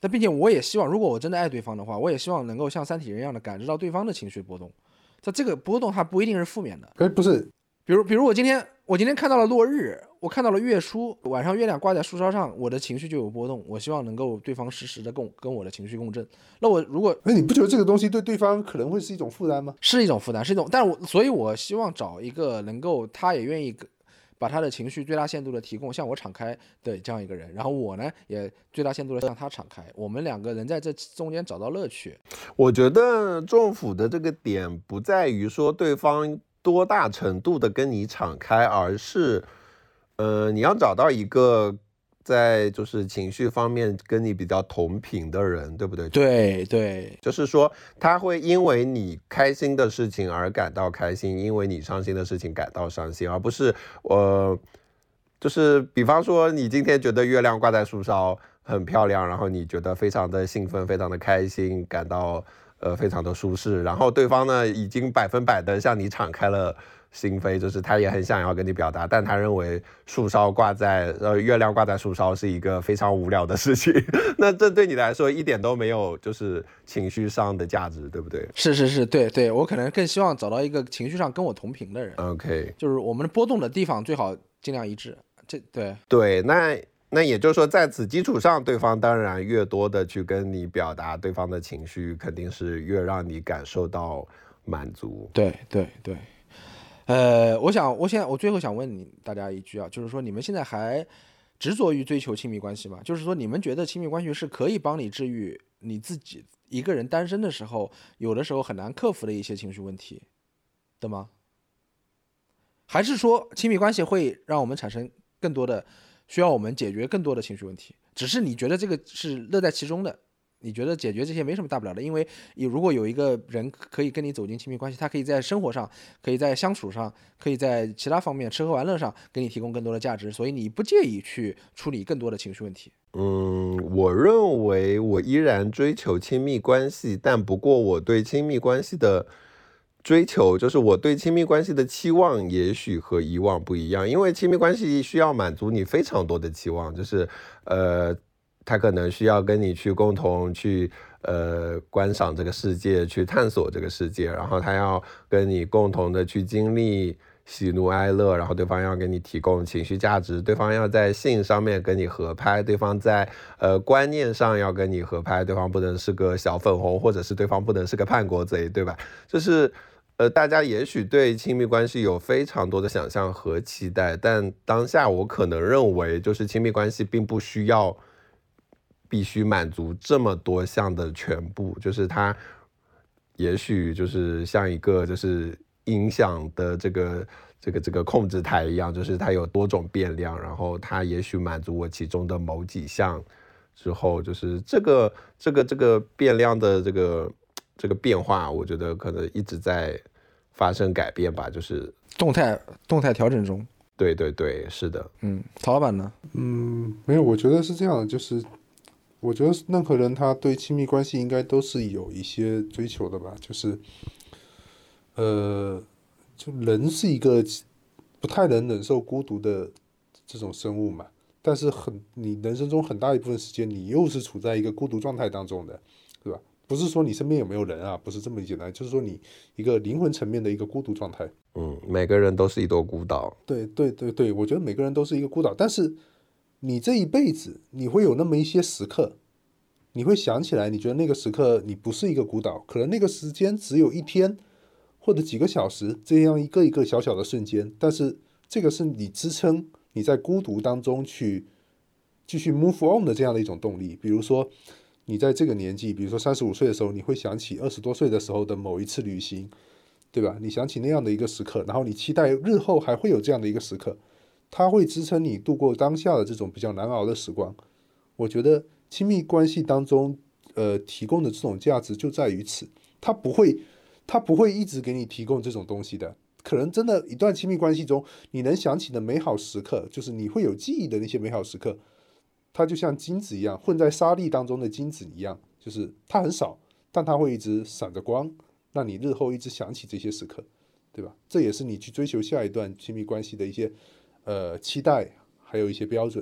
但并且我也希望，如果我真的爱对方的话，我也希望能够像三体人一样的感知到对方的情绪波动。它这个波动它不一定是负面的， 哎，不是， 比如比如我今天我今天看到了落日，我看到了月初，晚上月亮挂在树梢上，我的情绪就有波动。我希望能够对方实时的跟跟我的情绪共振。那我如果那你不觉得这个东西对对方可能会是一种负担吗？ 是一种负担，是一种，但是我所以，我希望找一个能够他也愿意把他的情绪最大限度的提供，向我敞开的这样一个人，然后我呢也最大限度的向他敞开，我们两个人在这中间找到乐趣。 我觉得仲甫的这个点不在于说对方多大程度的跟你敞开，而是，呃，你要找到一个在就是情绪方面跟你比较同频的人，对不对？ 对对， 就是说他会因为你开心的事情而感到开心，因为你伤心的事情感到伤心，而不是呃，就是比方说你今天觉得月亮挂在树梢很漂亮，然后你觉得非常的兴奋，非常的开心，感到呃非常的舒适，然后对方呢已经百分百的向你敞开了心扉，就是他也很想要跟你表达，但他认为树梢挂在呃月亮挂在树梢是一个非常无聊的事情，那这对你来说一点都没有就是情绪上的价值，对不对？ 是是是，对对，我可能更希望找到一个情绪上跟我同频的人。 OK， 就是我们波动的地方最好尽量一致。这对对，那那也就是说，在此基础上，对方当然越多的去跟你表达对方的情绪，肯定是越让你感受到满足。 对对对。呃，我想，我现在我最后想问你大家一句啊，就是说你们现在还执着于追求亲密关系吗？就是说你们觉得亲密关系是可以帮你治愈你自己一个人单身的时候，有的时候很难克服的一些情绪问题的吗？还是说亲密关系会让我们产生更多的需要我们解决更多的情绪问题？只是你觉得这个是乐在其中的，你觉得解决这些没什么大不了的，因为你如果有一个人可以跟你走进亲密关系，他可以在生活上，可以在相处上，可以在其他方面吃喝玩乐上给你提供更多的价值，所以你不介意去处理更多的情绪问题。 嗯，我认为我依然追求亲密关系，但不过我对亲密关系的追求，就是我对亲密关系的期望也许和以往不一样，因为亲密关系需要满足你非常多的期望，就是呃他可能需要跟你去共同去呃观赏这个世界，去探索这个世界，然后他要跟你共同的去经历喜怒哀乐，然后对方要给你提供情绪价值，对方要在性上面跟你合拍，对方在呃观念上要跟你合拍，对方不能是个小粉红，或者是对方不能是个叛国贼，对吧？就是呃，大家也许对亲密关系有非常多的想象和期待，但当下我可能认为，就是亲密关系并不需要必须满足这么多项的全部，就是它也许就是像一个就是音响的这个这个这个控制台一样，就是它有多种变量，然后它也许满足我其中的某几项之后，就是这个这个这个变量的这个这个变化，我觉得可能一直在发生改变吧，就是动态动态调整中。 对对对，是的。 嗯，曹老板呢？ 嗯，没有，我觉得是这样的，就是我觉得任何人他对亲密关系应该都是有一些追求的吧，就是呃，就人是一个不太能忍受孤独的这种生物嘛，但是很你人生中很大一部分时间你又是处在一个孤独状态当中的，对吧？不是说你身边有没有人啊，不是这么简单，就是说你一个灵魂层面的一个孤独状态。 嗯，每个人都是一座孤岛。 对对对对，我觉得每个人都是一个孤岛，但是你这一辈子你会有那么一些时刻，你会想起来，你觉得那个时刻你不是一个孤岛，可能那个时间只有一天或者几个小时，这样一个一个小小的瞬间，但是这个是你支撑你在孤独当中去继续 move on 的这样的一种动力。比如说你在这个年纪，比如说三十五岁的时候，你会想起二十多岁的时候的某一次旅行，对吧？你想起那样的一个时刻，然后你期待日后还会有这样的一个时刻，它会支撑你度过当下的这种比较难熬的时光。我觉得亲密关系当中呃提供的这种价值就在于此，它不会它不会一直给你提供这种东西的。可能真的一段亲密关系中，你能想起的美好时刻，就是你会有记忆的那些美好时刻，它就像金子一样，混在沙粒当中的金子一样，就是它很少，但它会一直闪着光，让你日后一直想起这些时刻，对吧？这也是你去追求下一段亲密关系的一些呃期待，还有一些标准。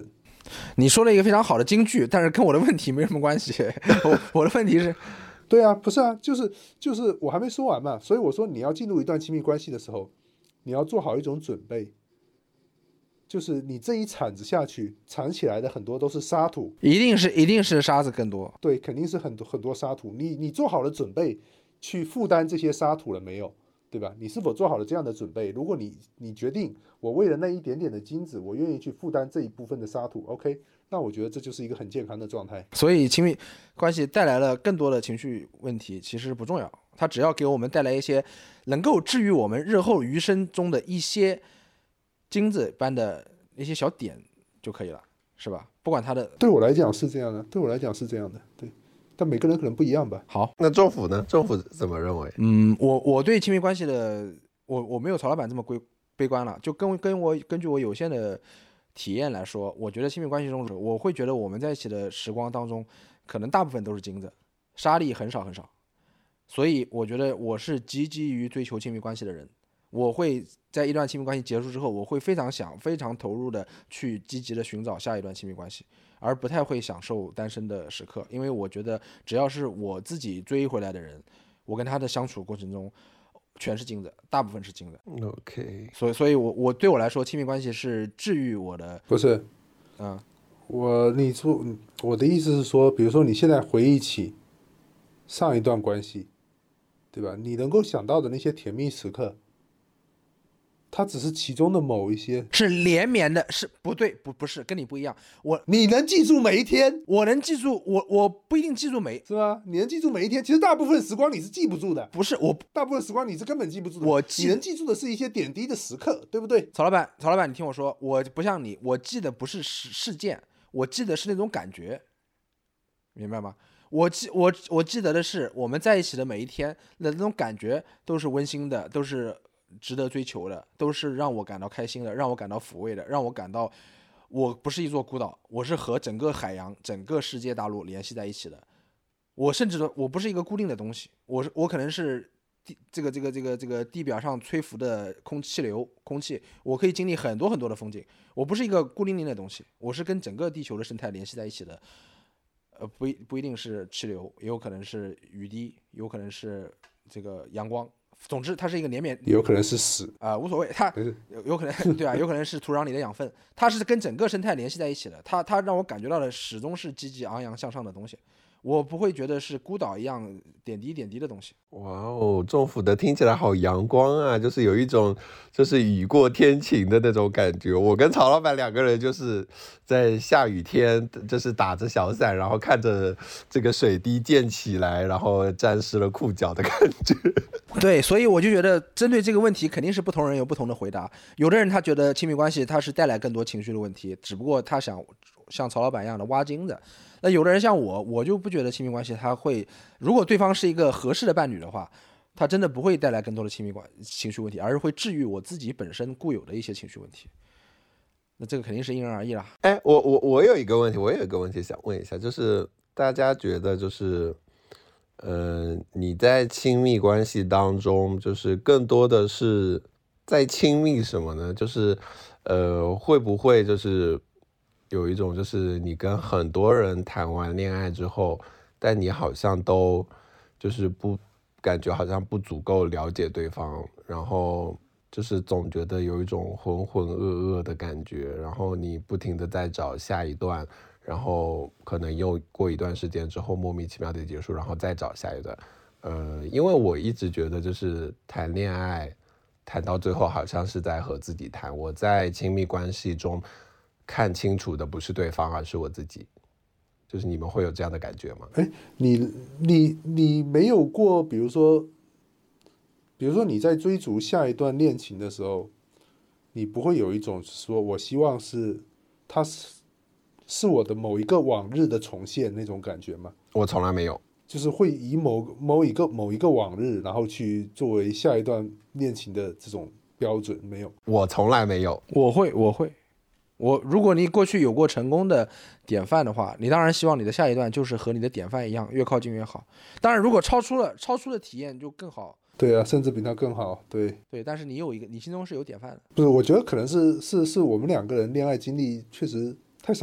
你说了一个非常好的金句，但是跟我的问题没什么关系。我我的问题是， 对啊，不是啊，就是就是我还没说完嘛，所以我说你要进入一段亲密关系的时候，你要做好一种准备，就是你这一铲子下去，铲起来的很多都是沙土， 一定是一定是沙子更多。 对，肯定是很多很多沙土。你你做好了准备去负担这些沙土了没有？对吧？你是否做好了这样的准备？如果你你决定我为了那一点点的金子，我愿意去负担这一部分的沙土 ，OK， 那我觉得这就是一个很健康的状态。 所以亲密关系带来了更多的情绪问题，其实不重要，它只要给我们带来一些能够治愈我们日后余生中的一些金子般的一些小点就可以了，是吧？不管它的。 对我来讲是这样的，对我来讲是这样的，对。但每个人可能不一样吧。 好， 那政府呢？政府怎么认为？ 嗯，我我对亲密关系的，我我没有曹老板这么悲悲观了。就跟跟我根据我有限的体验来说，我觉得亲密关系中，我会觉得我们在一起的时光当中，可能大部分都是金子，沙粒很少很少。所以我觉得我是积极于追求亲密关系的人。我会在一段亲密关系结束之后，我会非常想、非常投入的去积极的寻找下一段亲密关系，而不太会享受单身的时刻。因为我觉得只要是我自己追回来的人，我跟他的相处过程中全是金子，大部分是金子。 OK， 所以所以我我对我来说，亲密关系是治愈我的。 不是， 嗯， 我你说我的意思是说，比如说你现在回忆起上一段关系，对吧？你能够想到的那些甜蜜时刻，它只是其中的某一些， 是连绵的，是不对，不不是跟你不一样。我你能记住每一天， 我能记住，我我不一定记住每， 是吧？你能记住每一天，其实大部分时光你是记不住的， 不是我大部分时光你是根本记不住的。 我记你能记住的是一些点滴的时刻，对不对？ 曹老板，曹老板，你听我说，我不像你，我记得不是事事件，我记得是那种感觉，明白吗？我记我我记得的是我们在一起的每一天的那种感觉，都是温馨的，都是值得追求的，都是让我感到开心的，让我感到抚慰的，让我感到我不是一座孤岛，我是和整个海洋、整个世界大陆联系在一起的。我甚至我不是一个固定的东西，我是我可能是地这个这个这个这个地表上吹拂的空气流空气，我可以经历很多很多的风景。我不是一个孤零零的东西，我是跟整个地球的生态联系在一起的。呃，不一不一定是气流，也有可能是雨滴，有可能是这个阳光。总之，它是一个连绵， 也有可能是屎啊、呃，无所谓。它有有可能对啊，有可能是土壤里的养分，它是跟整个生态联系在一起的。它它让我感觉到的始终是积极昂扬向上的东西。我不会觉得是孤岛一样点滴点滴的东西。 哇哦，政府的听起来好阳光啊，就是有一种就是雨过天晴的那种感觉。我跟曹老板两个人就是在下雨天，就是打着小伞，然后看着这个水滴溅起来，然后沾湿了裤脚的感觉。 对，所以我就觉得针对这个问题，肯定是不同人有不同的回答。有的人他觉得亲密关系它是带来更多情绪的问题，只不过他想像曹老板一样的挖金子。那有的人像我，我就不觉得亲密关系它会，如果对方是一个合适的伴侣的话，他真的不会带来更多的亲密关情绪问题，而是会治愈我自己本身固有的一些情绪问题。那这个肯定是因人而异啦。 哎，我我我有一个问题，我有一个问题想问一下，就是大家觉得就是，呃，你在亲密关系当中，就是更多的是在亲密什么呢？就是，呃，会不会就是有一种就是你跟很多人谈完恋爱之后，但你好像都就是不感觉好像不足够了解对方，然后就是总觉得有一种浑浑噩噩的感觉，然后你不停的在找下一段，然后可能又过一段时间之后莫名其妙的结束，然后再找下一段。呃，因为我一直觉得就是谈恋爱谈到最后好像是在和自己谈，我在亲密关系中看清楚的不是对方，而是我自己。就是你们会有这样的感觉吗？ 哎，你你你没有过，比如说，比如说你在追逐下一段恋情的时候，你不会有一种说我希望是他是是我的某一个往日的重现那种感觉吗？ 我从来没有。 就是会以某某一个某一个往日，然后去作为下一段恋情的这种标准，没有？ 我从来没有。 我会，我会。我如果你过去有过成功的典范的话，你当然希望你的下一段就是和你的典范一样，越靠近越好。当然，如果超出了超出了体验就更好。 对啊，甚至比他更好。对对，但是你有一个，你心中是有典范的。 不是，我觉得可能是是是我们两个人恋爱经历确实太少，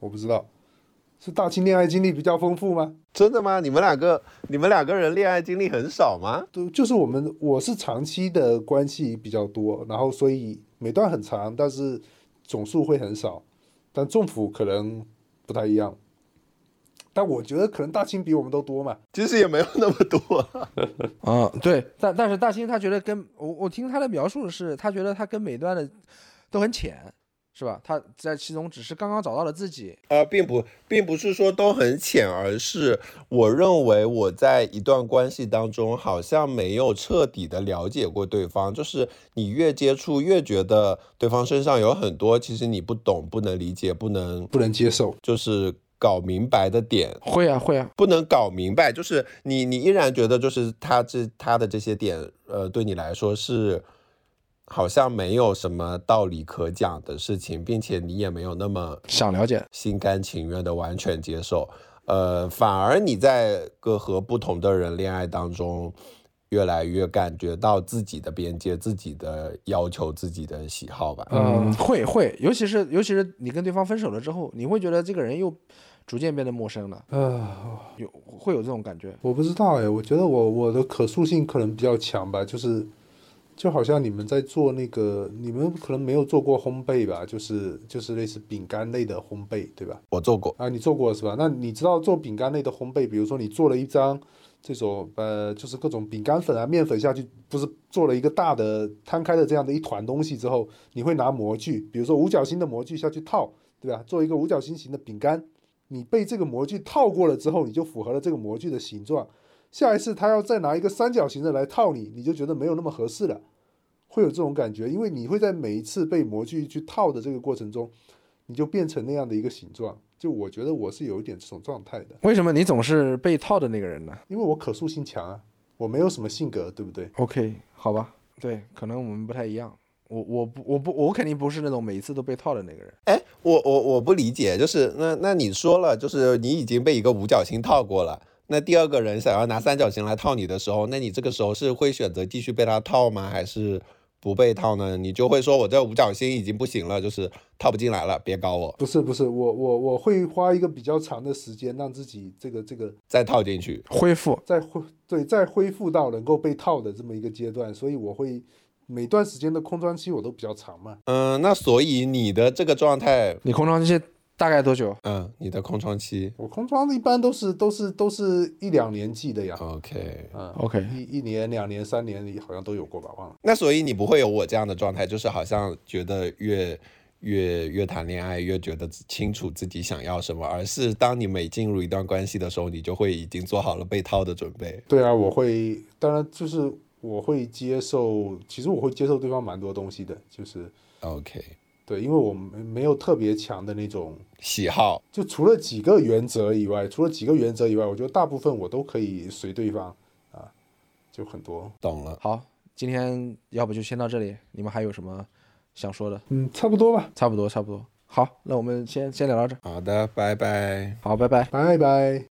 我不知道，是大清恋爱经历比较丰富吗？ 真的吗？你们两个你们两个人恋爱经历很少吗？ 对，就是我们我是长期的关系比较多，然后所以每段很长，但是总数会很少。但仲甫可能不太一样，但我觉得可能大清比我们都多嘛。 其实也没有那么多啊，对，但但是大清他觉得跟我我听他的描述是，他觉得他跟每段的都很浅，是吧？他在其中只是刚刚找到了自己。 呃，并不并不是说都很浅，而是我认为我在一段关系当中好像没有彻底的了解过对方，就是你越接触越觉得对方身上有很多其实你不懂、不能理解、不能不能接受， 就是搞明白的点。 会啊会啊， 不能搞明白，就是你你依然觉得就是他这他的这些点，呃，对你来说是好像没有什么道理可讲的事情，并且你也没有那么想了解， 心甘情愿的完全接受，呃，反而你在个和不同的人恋爱当中，越来越感觉到自己的边界、自己的要求、自己的喜好吧。 嗯，会会，尤其是尤其是你跟对方分手了之后，你会觉得这个人又逐渐变得陌生了， 啊， 有会有这种感觉。 我不知道哎，我觉得我我的可塑性可能比较强吧，就是就好像你们在做那个，你们可能没有做过烘焙吧，就是就是类似饼干类的烘焙，对吧？ 我做过啊，你做过是吧？那你知道做饼干类的烘焙，比如说你做了一张这种呃，就是各种饼干粉啊、面粉下去，不是做了一个大的摊开的这样的一团东西之后，你会拿模具，比如说五角星的模具下去套，对吧？做一个五角星形的饼干，你被这个模具套过了之后，你就符合了这个模具的形状。下一次他要再拿一个三角形的来套你，你就觉得没有那么合适了，会有这种感觉，因为你会在每一次被模具去套的这个过程中，你就变成那样的一个形状。就我觉得我是有一点这种状态的。 为什么你总是被套的那个人呢？ 因为我可塑性强啊，我没有什么性格，对不对 ？OK， 好吧，对，可能我们不太一样。我我不我不我肯定不是那种每一次都被套的那个人。 哎，我我我不理解，就是那那你说了，就是你已经被一个五角星套过了，那第二个人想要拿三角形来套你的时候，那你这个时候是会选择继续被他套吗？还是不被套呢？你就会说我这五角星已经不行了，就是套不进来了，别搞我。 不是不是，我我我会花一个比较长的时间让自己这个这个再套进去， 恢复， 再恢对再恢复到能够被套的这么一个阶段，所以我会每段时间的空窗期我都比较长嘛。 嗯，那所以你的这个状态， 你空窗期大概多久？ 嗯，你的空窗期我空窗一般都是都是都是一两年计的呀。 ，OK， 嗯 OK 一一年两年三年好像都有过吧，忘了。 那所以你不会有我这样的状态，就是好像觉得越越越谈恋爱越觉得清楚自己想要什么，而是当你每进入一段关系的时候，你就会已经做好了被套的准备。 对啊，我会，当然就是我会接受，其实我会接受对方蛮多东西的，就是 OK， 对，因为我没没有特别强的那种喜好， 就除了几个原则以外，除了几个原则以外，我觉得大部分我都可以随对方啊，就很多。 懂了。 好，今天要不就先到这里，你们还有什么想说的？ 嗯，差不多吧。 差不多，差不多。好，那我们先先聊到这。 好的，拜拜。 好，拜拜。 拜拜。